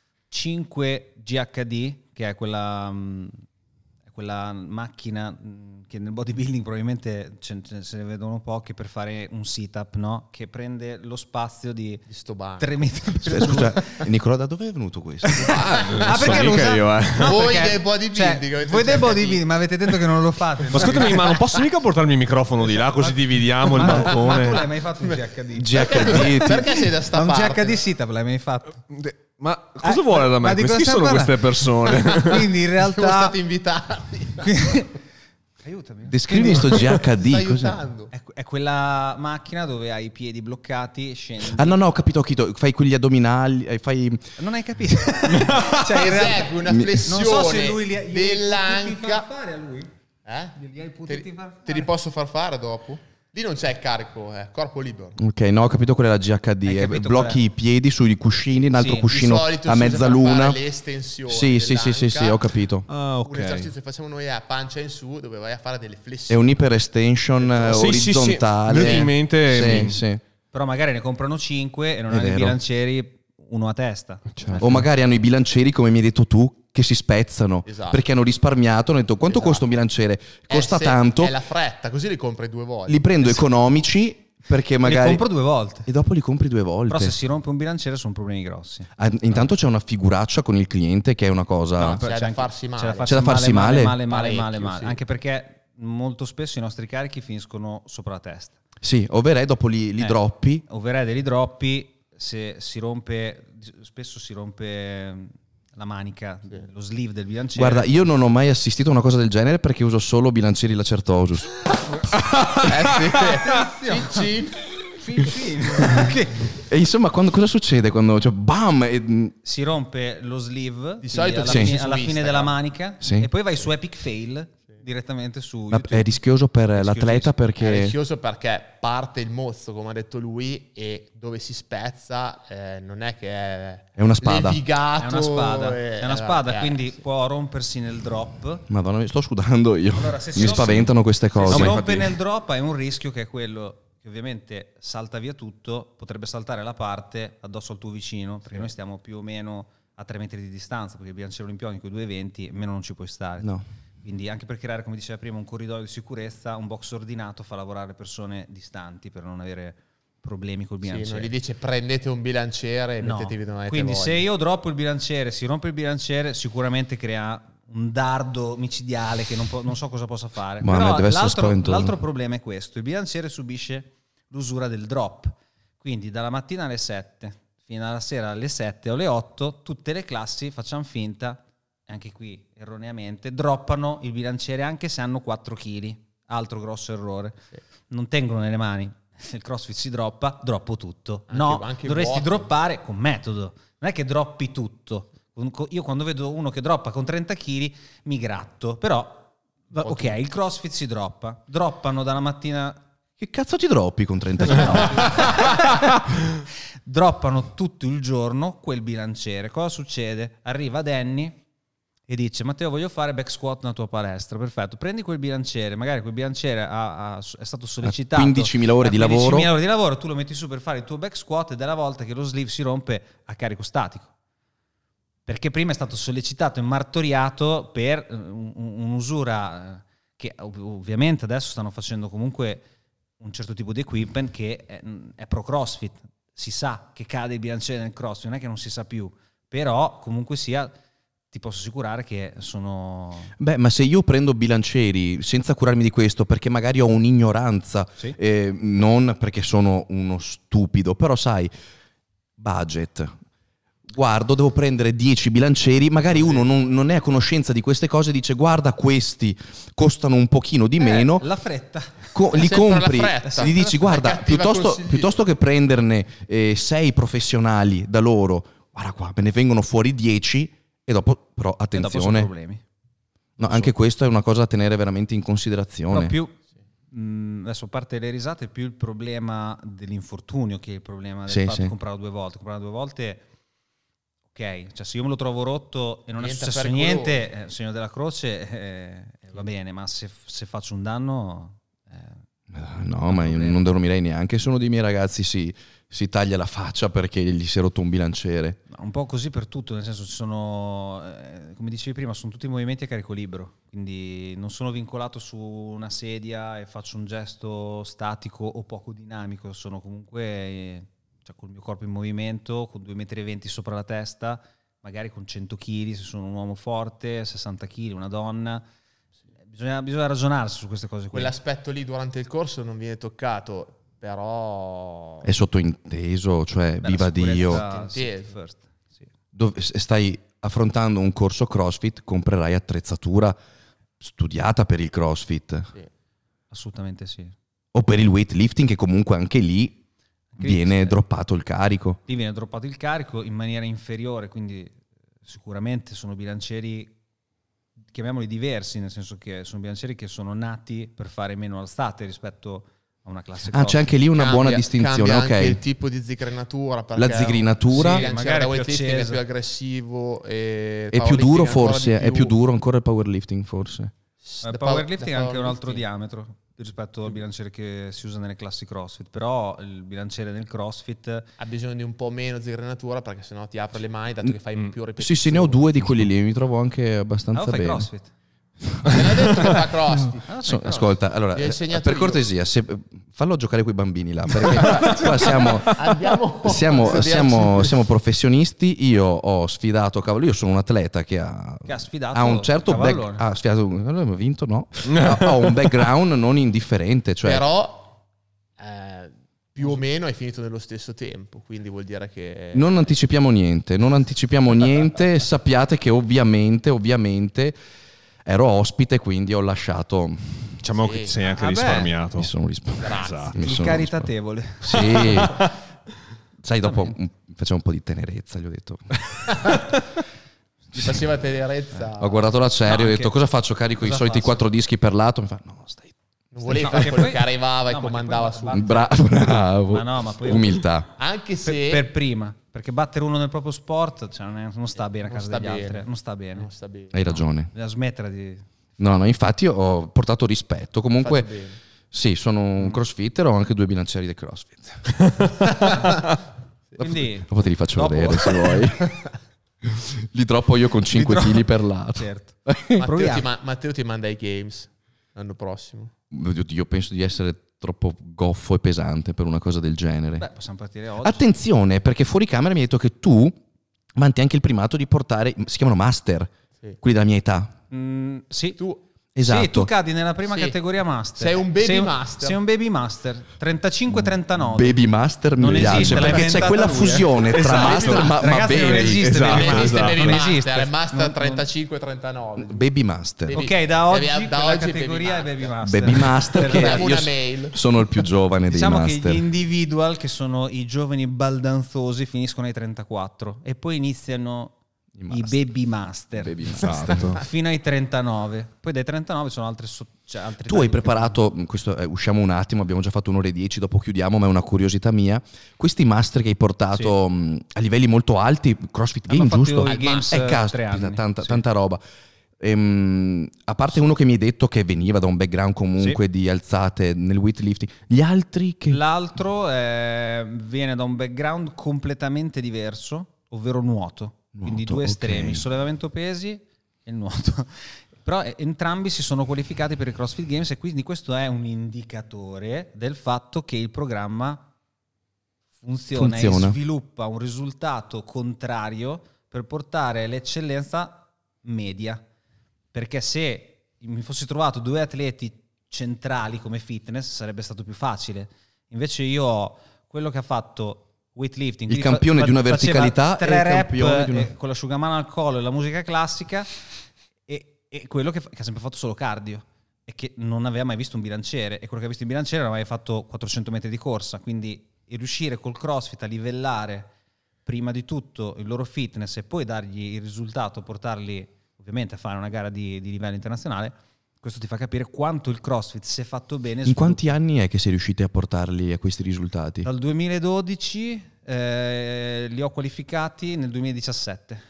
5 GHD, che è quella macchina che nel bodybuilding probabilmente se ne vedono pochi, per fare un sit-up, no? Che prende lo spazio di Di sto banco. 3 metri per Scusa, Nicola, da dove è venuto questo? Ah, so perché lo mica usa? io, No, Voi perché- dei bodybuilding, avete voi dei cercato bodybuilding, ma avete detto che non lo fate. Ma ascoltami, ma non posso mica portarmi il microfono di là così dividiamo il Ma tu bancone? l'hai mai fatto un GHD? GHD. Perché sei da sta Un parte? GHD sit-up l'hai mai fatto? Ma cosa vuole da me? Ma di Chi cosa sono stiamo queste persone? Quindi in Siamo realtà stati invitati. aiutami. Descrivi sto GHD. Stai Cos'è? aiutando. È quella macchina dove hai i piedi bloccati, scendi. Ah no, ho capito, fai quegli addominali, fai... Non hai capito? Cioè, in realtà Esegue una non flessione so se lui li hai potuti dell'anca. far fare a lui. Li hai potuti Te, far fare? te li posso far fare dopo? Lì non c'è il carico, è corpo libero. Ok, no, ho capito quella è la GHD. Hai capito Blocchi qual è? i piedi sui cuscini, un altro Sì, cuscino Di solito a si usa per mezzaluna. fare le estensioni Sì, dell'anca. ho capito. Ah, Un esercizio che facciamo noi è a pancia in su, dove vai a fare delle È flessioni. un hyper extension orizzontale. Mi viene in mente- Sì. Però magari ne comprano 5 e non È hanno i vero. bilancieri uno a testa. O magari hanno i bilancieri, come mi hai detto tu, che si spezzano. Esatto. Perché hanno risparmiato, hanno detto quanto Esatto. costa un bilanciere? Costa Se tanto, È la fretta, così li compri 2 volte. li prendo economici perché magari... Li compro 2 volte. E dopo li compri 2 volte. Però se si rompe un bilanciere sono problemi grossi. Ah, intanto c'è una figuraccia con il cliente che è una cosa... No, c'è da anche- farsi male. C'è da farsi male? male. Parecchio, sì. Anche perché molto spesso i nostri carichi finiscono sopra la testa. Sì, overhead dopo li droppi. Overhead e li droppi, se si rompe, spesso si rompe la manica, lo sleeve del bilanciere. Guarda, io non ho mai assistito a una cosa del genere perché uso solo bilancieri la Certosus. Sì. Che E insomma, cosa succede quando... Cioè, bam! E, si rompe lo sleeve Di solito alla, sì. fine, su alla fine Instagram. della manica, Sì. e poi vai su Epic Fail direttamente su ma YouTube. è rischioso per l'atleta È perché... rischioso perché parte il mozzo, come ha detto lui, e dove si spezza non è che è una spada. levigato. È una spada, e- è una spada, quindi sì. può rompersi nel drop. Madonna, mi sto sudando io. Allora, se si Mi rompe- spaventano queste Se cose. si ma rompe infatti- nel drop hai un rischio che è quello che ovviamente salta via tutto, potrebbe saltare la parte addosso al tuo vicino, perché noi stiamo più o meno a 3 metri di distanza, perché il bilanciere olimpionico è 2,20, meno non ci puoi stare. No. Quindi anche per creare, come diceva prima, un corridoio di sicurezza, un box ordinato fa lavorare persone distanti per non avere problemi col bilanciere. Sì, non gli dice prendete un bilanciere e mettetevi dove avete Quindi voglia. se io droppo il bilanciere, si rompe il bilanciere, sicuramente crea un dardo micidiale che non so cosa possa fare. Ma però deve essere spaventoso. l'altro problema è questo: il bilanciere subisce l'usura del drop. Quindi dalla mattina alle 7 fino alla sera alle 7 o alle 8 tutte le classi, facciamo finta, anche qui erroneamente, droppano il bilanciere anche se hanno 4 kg. Altro grosso errore. Sì. Non tengono nelle mani. Se il CrossFit si droppo tutto. Anche dovresti droppare con metodo. Non è che droppi tutto. Io quando vedo uno che droppa con 30 kg mi gratto. Però, ok, il CrossFit si droppa. Droppano dalla mattina... Che cazzo ti droppi con 30 kg? Droppano tutto il giorno quel bilanciere. Cosa succede? Arriva Danny e dice: Matteo, voglio fare back squat nella tua palestra. Perfetto, prendi quel bilanciere. Magari quel bilanciere è stato sollecitato 15.000 ore di lavoro. 15.000 ore di lavoro, tu lo metti su per fare il tuo back squat ed è la volta che lo sleeve si rompe a carico statico. Perché prima è stato sollecitato e martoriato per un'usura che ovviamente adesso stanno facendo comunque un certo tipo di equipment che è pro CrossFit. Si sa che cade il bilanciere nel CrossFit, non è che non si sa più. Però comunque sia... ti posso assicurare che sono... Beh, ma se io prendo bilancieri senza curarmi di questo, perché magari ho un'ignoranza, sì, non perché sono uno stupido, però sai, budget, guardo, devo prendere 10 bilancieri, magari uno non è a conoscenza di queste cose, dice guarda questi costano un pochino di meno. La fretta. Li compri, gli dici guarda, piuttosto che prenderne 6 professionali da loro, guarda qua, me ne vengono fuori 10. E dopo, però, attenzione, e dopo problemi. No, anche questo è una cosa da tenere veramente in considerazione. No, più, adesso a parte le risate, più il problema dell'infortunio che il problema del fatto di comprarlo 2 volte. Comprare 2 volte, ok, cioè se io me lo trovo rotto e non è successo niente, il segno della croce va bene, ma se faccio un danno... no, ma io non dormirei neanche se uno dei miei ragazzi si taglia la faccia perché gli si è rotto un bilanciere. Un po' così per tutto, nel senso ci sono, come dicevi prima, sono tutti movimenti a carico libero, quindi non sono vincolato su una sedia e faccio un gesto statico o poco dinamico, sono comunque col mio corpo in movimento, con 2,20 metri sopra la testa, magari con 100 kg se sono un uomo forte, 60 kg una donna. Bisogna ragionarsi su queste cose qui. Quell'aspetto lì durante il corso non viene toccato, però... È sottointeso, cioè viva Dio. Sì. Stai affrontando un corso CrossFit, comprerai attrezzatura studiata per il CrossFit. Sì. Assolutamente sì. O per il weightlifting, che comunque anche lì viene droppato il carico. Lì viene droppato il carico in maniera inferiore, quindi sicuramente sono bilancieri, chiamiamoli diversi, nel senso che sono bilancieri che sono nati per fare meno alzate rispetto a una classe CrossFit. C'è anche lì una buona distinzione, cambia ok. anche il tipo di zigrinatura, la zigrinatura, sì, magari da weightlifting è più aggressivo e è più duro forse, è più duro ancora il powerlifting forse. Il powerlifting ha anche un altro diametro rispetto al bilanciere che si usa nelle classi CrossFit, però il bilanciere nel CrossFit ha bisogno di un po' meno zigrinatura perché sennò ti apre le mani, dato che fai più ripetizioni. Sì, ne ho 2 di quelli lì, mi trovo anche abbastanza bene. Fai CrossFit? Me l'ha detto che fa CrossFit. Ascolta, allora, per cortesia, fallo giocare quei bambini là, perché qua siamo professionisti. Io ho sfidato io sono un atleta che ha un certo ha vinto, no? Ho un background non indifferente, cioè... Però più o meno hai finito nello stesso tempo, quindi vuol dire che... Non anticipiamo niente, sappiate che ovviamente ero ospite, quindi ho lasciato... Diciamo che ti sei anche risparmiato. Mi sono risparmiato. Esatto. Il caritatevole. Sì. Sai, dopo facciamo un po' di tenerezza, gli ho detto. Ti faceva tenerezza. Ho guardato la serie, ho detto cosa faccio? Carico i soliti 4 dischi per lato. Mi fa no, stai... Non volevi fare quello che arrivava e comandava su. Bravo. Ma poi umiltà. Anche se... Per prima. Perché battere uno nel proprio sport non sta bene a casa degli altri. Non sta bene. Hai ragione. Bisogna smettere di... No, infatti ho portato rispetto. Comunque, sì, sono un crossfitter, ho anche 2 bilancieri del CrossFit. Quindi, dopo te li faccio vedere se vuoi. Li droppo io con 5 kg per lato. Certo. Matteo ti manda i games l'anno prossimo. Io penso di essere troppo goffo e pesante per una cosa del genere. Beh, possiamo partire oggi. Attenzione, perché fuori camera mi hai detto che tu manti anche il primato di portare, si chiamano master, Sì. quelli della mia età. Sì. Esatto. Sì, tu cadi nella prima Sì. categoria master. Sei un baby master. Sei un baby master. 35-39. Baby master Non mi esiste, piace l'ha perché c'è inventata quella lui, fusione tra Esatto. master ma Ragazzi, baby. non esiste Esatto. baby Non esiste master. baby Non master, esiste. è master Non- 35-39. Baby master. Ok, da oggi Da quella oggi categoria è baby baby master. Baby master che Abbiamo io una mail. sono il più giovane Diciamo dei che master. gli individual, che sono i giovani baldanzosi, finiscono ai 34 e poi iniziano i baby master. Baby Esatto. master. Fino ai 39. Poi dai 39 sono altri altri Tu hai tagli. preparato, questo, usciamo un attimo, abbiamo già fatto un'ora e 10, dopo chiudiamo, ma è una curiosità mia. Questi master che hai portato a livelli molto alti, CrossFit Hanno Game, fatto giusto? i Games, 3 caspita, anni. tanta roba. A parte uno che mi hai detto che veniva da un background comunque di alzate nel weightlifting, gli altri che... L'altro viene da un background completamente diverso, ovvero nuoto. Quindi due estremi, ok. il sollevamento pesi e il nuoto. Però entrambi si sono qualificati per i CrossFit Games e quindi questo è un indicatore del fatto che il programma funziona. E sviluppa un risultato contrario per portare l'eccellenza media. Perché se mi fossi trovato due atleti centrali come fitness sarebbe stato più facile. Invece io ho quello che ha fatto weightlifting, Il campione di una verticalità tre e il rep campione di una... con l'asciugamano al collo e la musica classica e quello che ha sempre fatto solo cardio e che non aveva mai visto un bilanciere, e quello che ha visto il bilanciere non aveva mai fatto 400 metri di corsa. Quindi riuscire col CrossFit a livellare prima di tutto il loro fitness e poi dargli il risultato, portarli ovviamente a fare una gara di livello internazionale, questo ti fa capire quanto il CrossFit, se fatto bene... In quanti anni è che sei riusciti a portarli a questi risultati? Dal 2012 li ho qualificati nel 2017.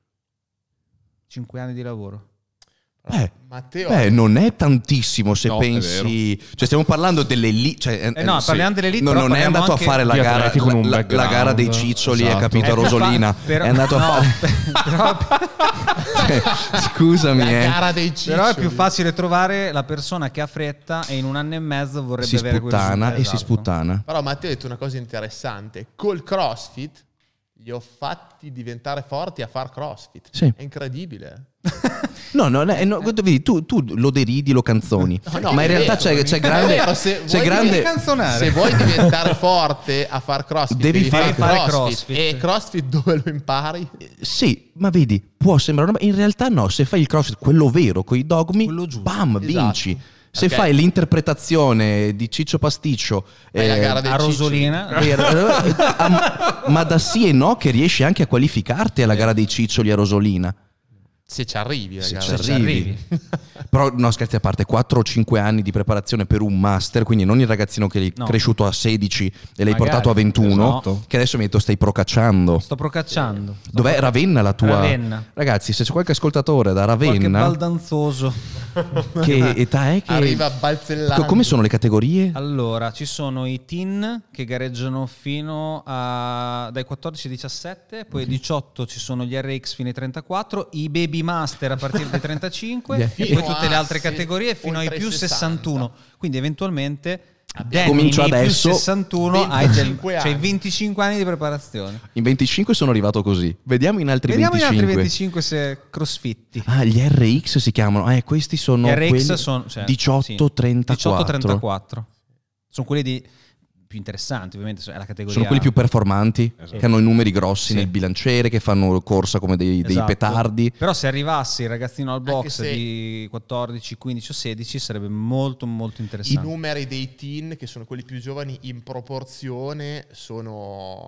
5 anni di lavoro. Matteo, non è tantissimo se No, pensi, cioè stiamo parlando delle no, parliamo dell'elite, però non è parliamo andato a anche fare la di gara, atleti con un la background. gara dei ciccioli, Esatto. è capito, a Rosolina, però, è andato a no, fare scusami, la gara dei ciccioli. però è più facile trovare la persona che ha fretta e in un anno e mezzo vorrebbe si avere quel sputtana risultato. e si Esatto. sputtana. Però Matteo ha detto una cosa interessante. Col CrossFit li ho fatti diventare forti a far CrossFit. Sì. È incredibile. No, vedi, tu lo deridi, lo canzoni, No, ma in è realtà vero, c'è grande, è vero, se c'è vuoi grande, canzonare. Se vuoi diventare forte a far CrossFit, Devi fare CrossFit. E CrossFit dove lo impari? sì, ma vedi, può sembrare in realtà no, se fai il CrossFit quello vero, con i dogmi, Quello giusto. bam, Esatto. vinci. Se Ok. fai l'interpretazione di Ciccio Pasticcio Fai la gara dei A ciccioli. Rosolina. ma da sì e no che riesci anche a qualificarti alla gara dei ciccioli a Rosolina. Se ci arrivi, Se ragazzi. ci arrivi. Però no, scherzi a parte, 4 o 5 anni di preparazione per un master, quindi non il ragazzino che è No. cresciuto a 16 e l'hai Magari, portato a 21, esatto. che adesso mi hai detto stai procacciando. Sto procacciando. Dov'è Ravenna la tua? Ravenna. Ragazzi, se c'è qualche ascoltatore da Qualche Ravenna, baldanzoso. che età è? Che... Arriva balzellando. Come sono le categorie? Allora, ci sono i teen che gareggiano fino a dai 14 ai 17, poi ai 18 ci sono gli RX fino ai 34, i baby master a partire dai 35 e Fino poi tutte le a altre categorie fino ai oltre più 60. 61. Quindi eventualmente Comincio nei adesso. più 61 hai 25 cioè anni. 25 anni di preparazione. In 25 sono arrivato così. Vediamo in altri Vediamo 25. gli altri 25 se crossfitti. Ah, gli RX si chiamano. Questi sono Gli RX quelli sono cioè, 18-34. 18-34. Sono quelli più interessanti, ovviamente è la categoria. Sono quelli più performanti, Esatto. che hanno i numeri grossi Sì. nel bilanciere, che fanno corsa come dei Esatto. petardi. Però se arrivasse il ragazzino al box se- di 14, 15 o 16 sarebbe molto molto I interessante. numeri dei teen, che sono quelli più giovani, in proporzione sono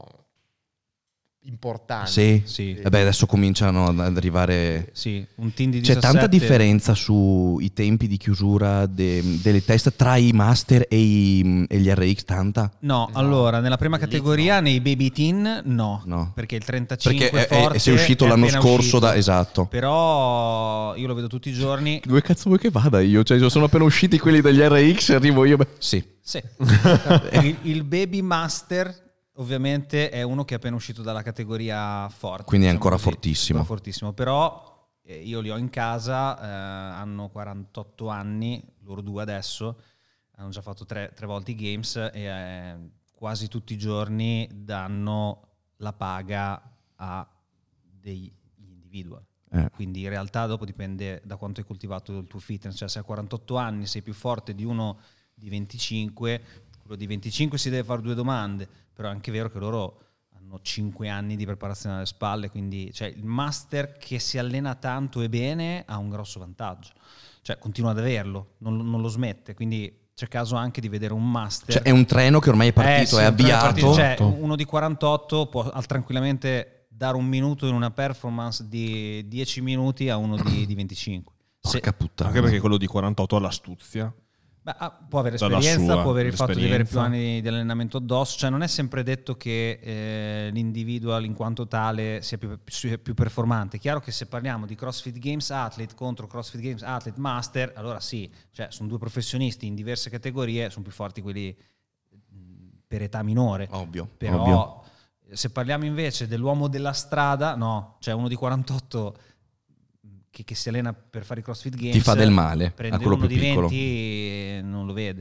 importanti. Sì. Sì. Vabbè, adesso cominciano ad arrivare. Sì, un team di C'è 17. tanta differenza sui tempi di chiusura delle test tra i master e gli RX, tanta? No, No, allora nella prima lì categoria no. nei baby teen no, No. perché il 35 Perché forte sei uscito è l'anno appena scorso uscito. esatto. Però io lo vedo tutti i giorni. Dove cazzo vuoi che vada io? Cioè, sono appena usciti quelli degli RX e arrivo io. Sì. Sì. il baby master ovviamente è uno che è appena uscito dalla categoria forte. Quindi è diciamo ancora così. fortissimo. Ancora fortissimo, però io li ho in casa, hanno 48 anni, loro due adesso, hanno già fatto tre volte i games e quasi tutti i giorni danno la paga a degli individual. Quindi in realtà dopo dipende da quanto hai coltivato il tuo fitness, cioè se a 48 anni sei più forte di uno di 25, quello di 25 si deve fare 2 domande, però è anche vero che loro hanno 5 anni di preparazione alle spalle, quindi cioè, il master che si allena tanto e bene ha un grosso vantaggio, cioè continua ad averlo, non lo smette, quindi c'è caso anche di vedere un master. Cioè è un treno che ormai è partito, sì, è avviato. Cioè uno di 48 può tranquillamente dare un minuto in una performance di 10 minuti a uno di 25. Porca puttana. Anche perché quello di 48 ha l'astuzia. Può avere esperienza, può avere il fatto di avere più anni di allenamento addosso, cioè non è sempre detto che l'individual in quanto tale sia più performante. È chiaro che se parliamo di CrossFit Games Athlete contro CrossFit Games Athlete Master, allora sì, cioè sono due professionisti in diverse categorie, sono più forti quelli per età minore. Ovvio. Però se parliamo invece dell'uomo della strada, no, cioè uno di 48 che si allena per fare i CrossFit Games ti fa del male prende a quello uno più di piccolo. 20 e non lo vede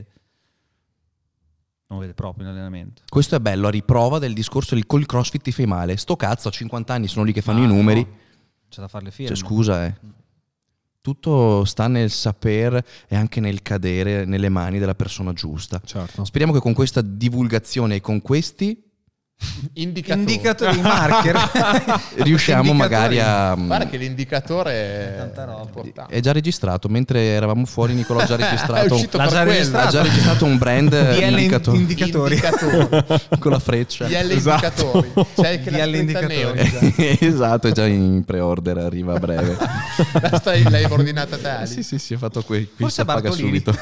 proprio in allenamento. Questo è bello, a riprova del discorso col CrossFit ti fai male. Sto cazzo, a 50 anni sono lì che fanno i numeri. No, c'è da fare le firme. Cioè, scusa, tutto sta nel saper e anche nel cadere nelle mani della persona giusta. Certo. Speriamo che con questa divulgazione e con questi indicatori marker riusciamo magari a... Guarda che l'indicatore è tanta roba. importante. È già registrato, mentre eravamo fuori Nicolò ha già registrato, L'ha già registrato un brand indicatori con la freccia. DL indicatori. C'è che DL la indicatori. Esatto, è già in pre-order, arriva a breve. L'hai ordinata te, Ali? Sì, ho fatto qui Forse paga Bartolini. subito.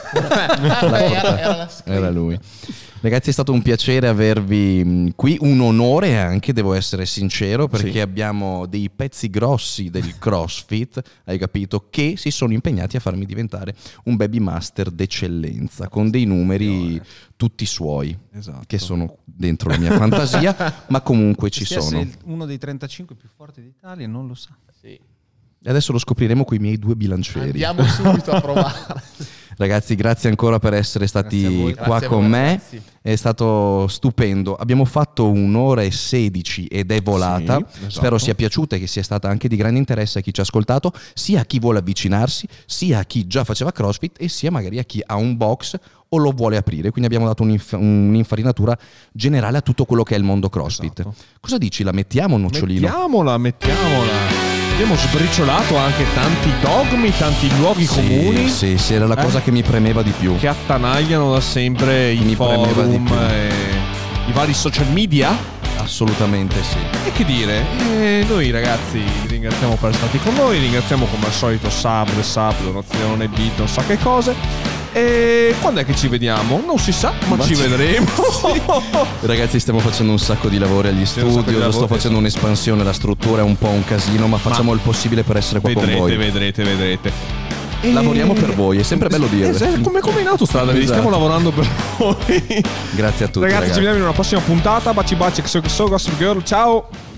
Era la scritta. Era lui. Ragazzi, è stato un piacere avervi qui, un onore anche, devo essere sincero, perché abbiamo dei pezzi grossi del CrossFit, hai capito, che si sono impegnati a farmi diventare un baby master d'eccellenza, con dei numeri tutti suoi, che sono dentro la mia fantasia, ma comunque ci sono. Uno dei 35 più forti d'Italia non lo sa. Sì. E adesso lo scopriremo con i miei 2 bilancieri. Andiamo subito a provare. Ragazzi, grazie ancora per essere stati qua con me. Ragazzi. È stato stupendo. Abbiamo fatto 1 ora e 16 ed è volata. Sì, esatto. Spero sia piaciuta e che sia stata anche di grande interesse a chi ci ha ascoltato, sia a chi vuole avvicinarsi, sia a chi già faceva CrossFit e sia magari a chi ha un box o lo vuole aprire. Quindi abbiamo dato un'infarinatura generale a tutto quello che è il mondo CrossFit. Esatto. Cosa dici? La mettiamo, Nocciolino? Mettiamola. Abbiamo sbriciolato anche tanti dogmi, tanti luoghi comuni. Sì, era la cosa che mi premeva di più. Che attanagliano da sempre i premeva di forum più. e i vari social media. Assolutamente sì. E che dire, noi ragazzi vi ringraziamo per essere stati con noi, ringraziamo come al solito Sab, donazione, bit, non sa che cose. E quando è che ci vediamo? Non si sa, ma ci vedremo. Ragazzi, stiamo facendo un sacco di lavori agli studi, io sto facendo un'espansione, la struttura è un po' un casino, ma facciamo il possibile per essere qua con voi. Vedrete. Lavoriamo per voi, è sempre bello dire. Come in autostrada, Esatto. stiamo lavorando per voi. Grazie a tutti, Ragazzi, ci vediamo in una prossima puntata. Baci, Gossip Girl, ciao.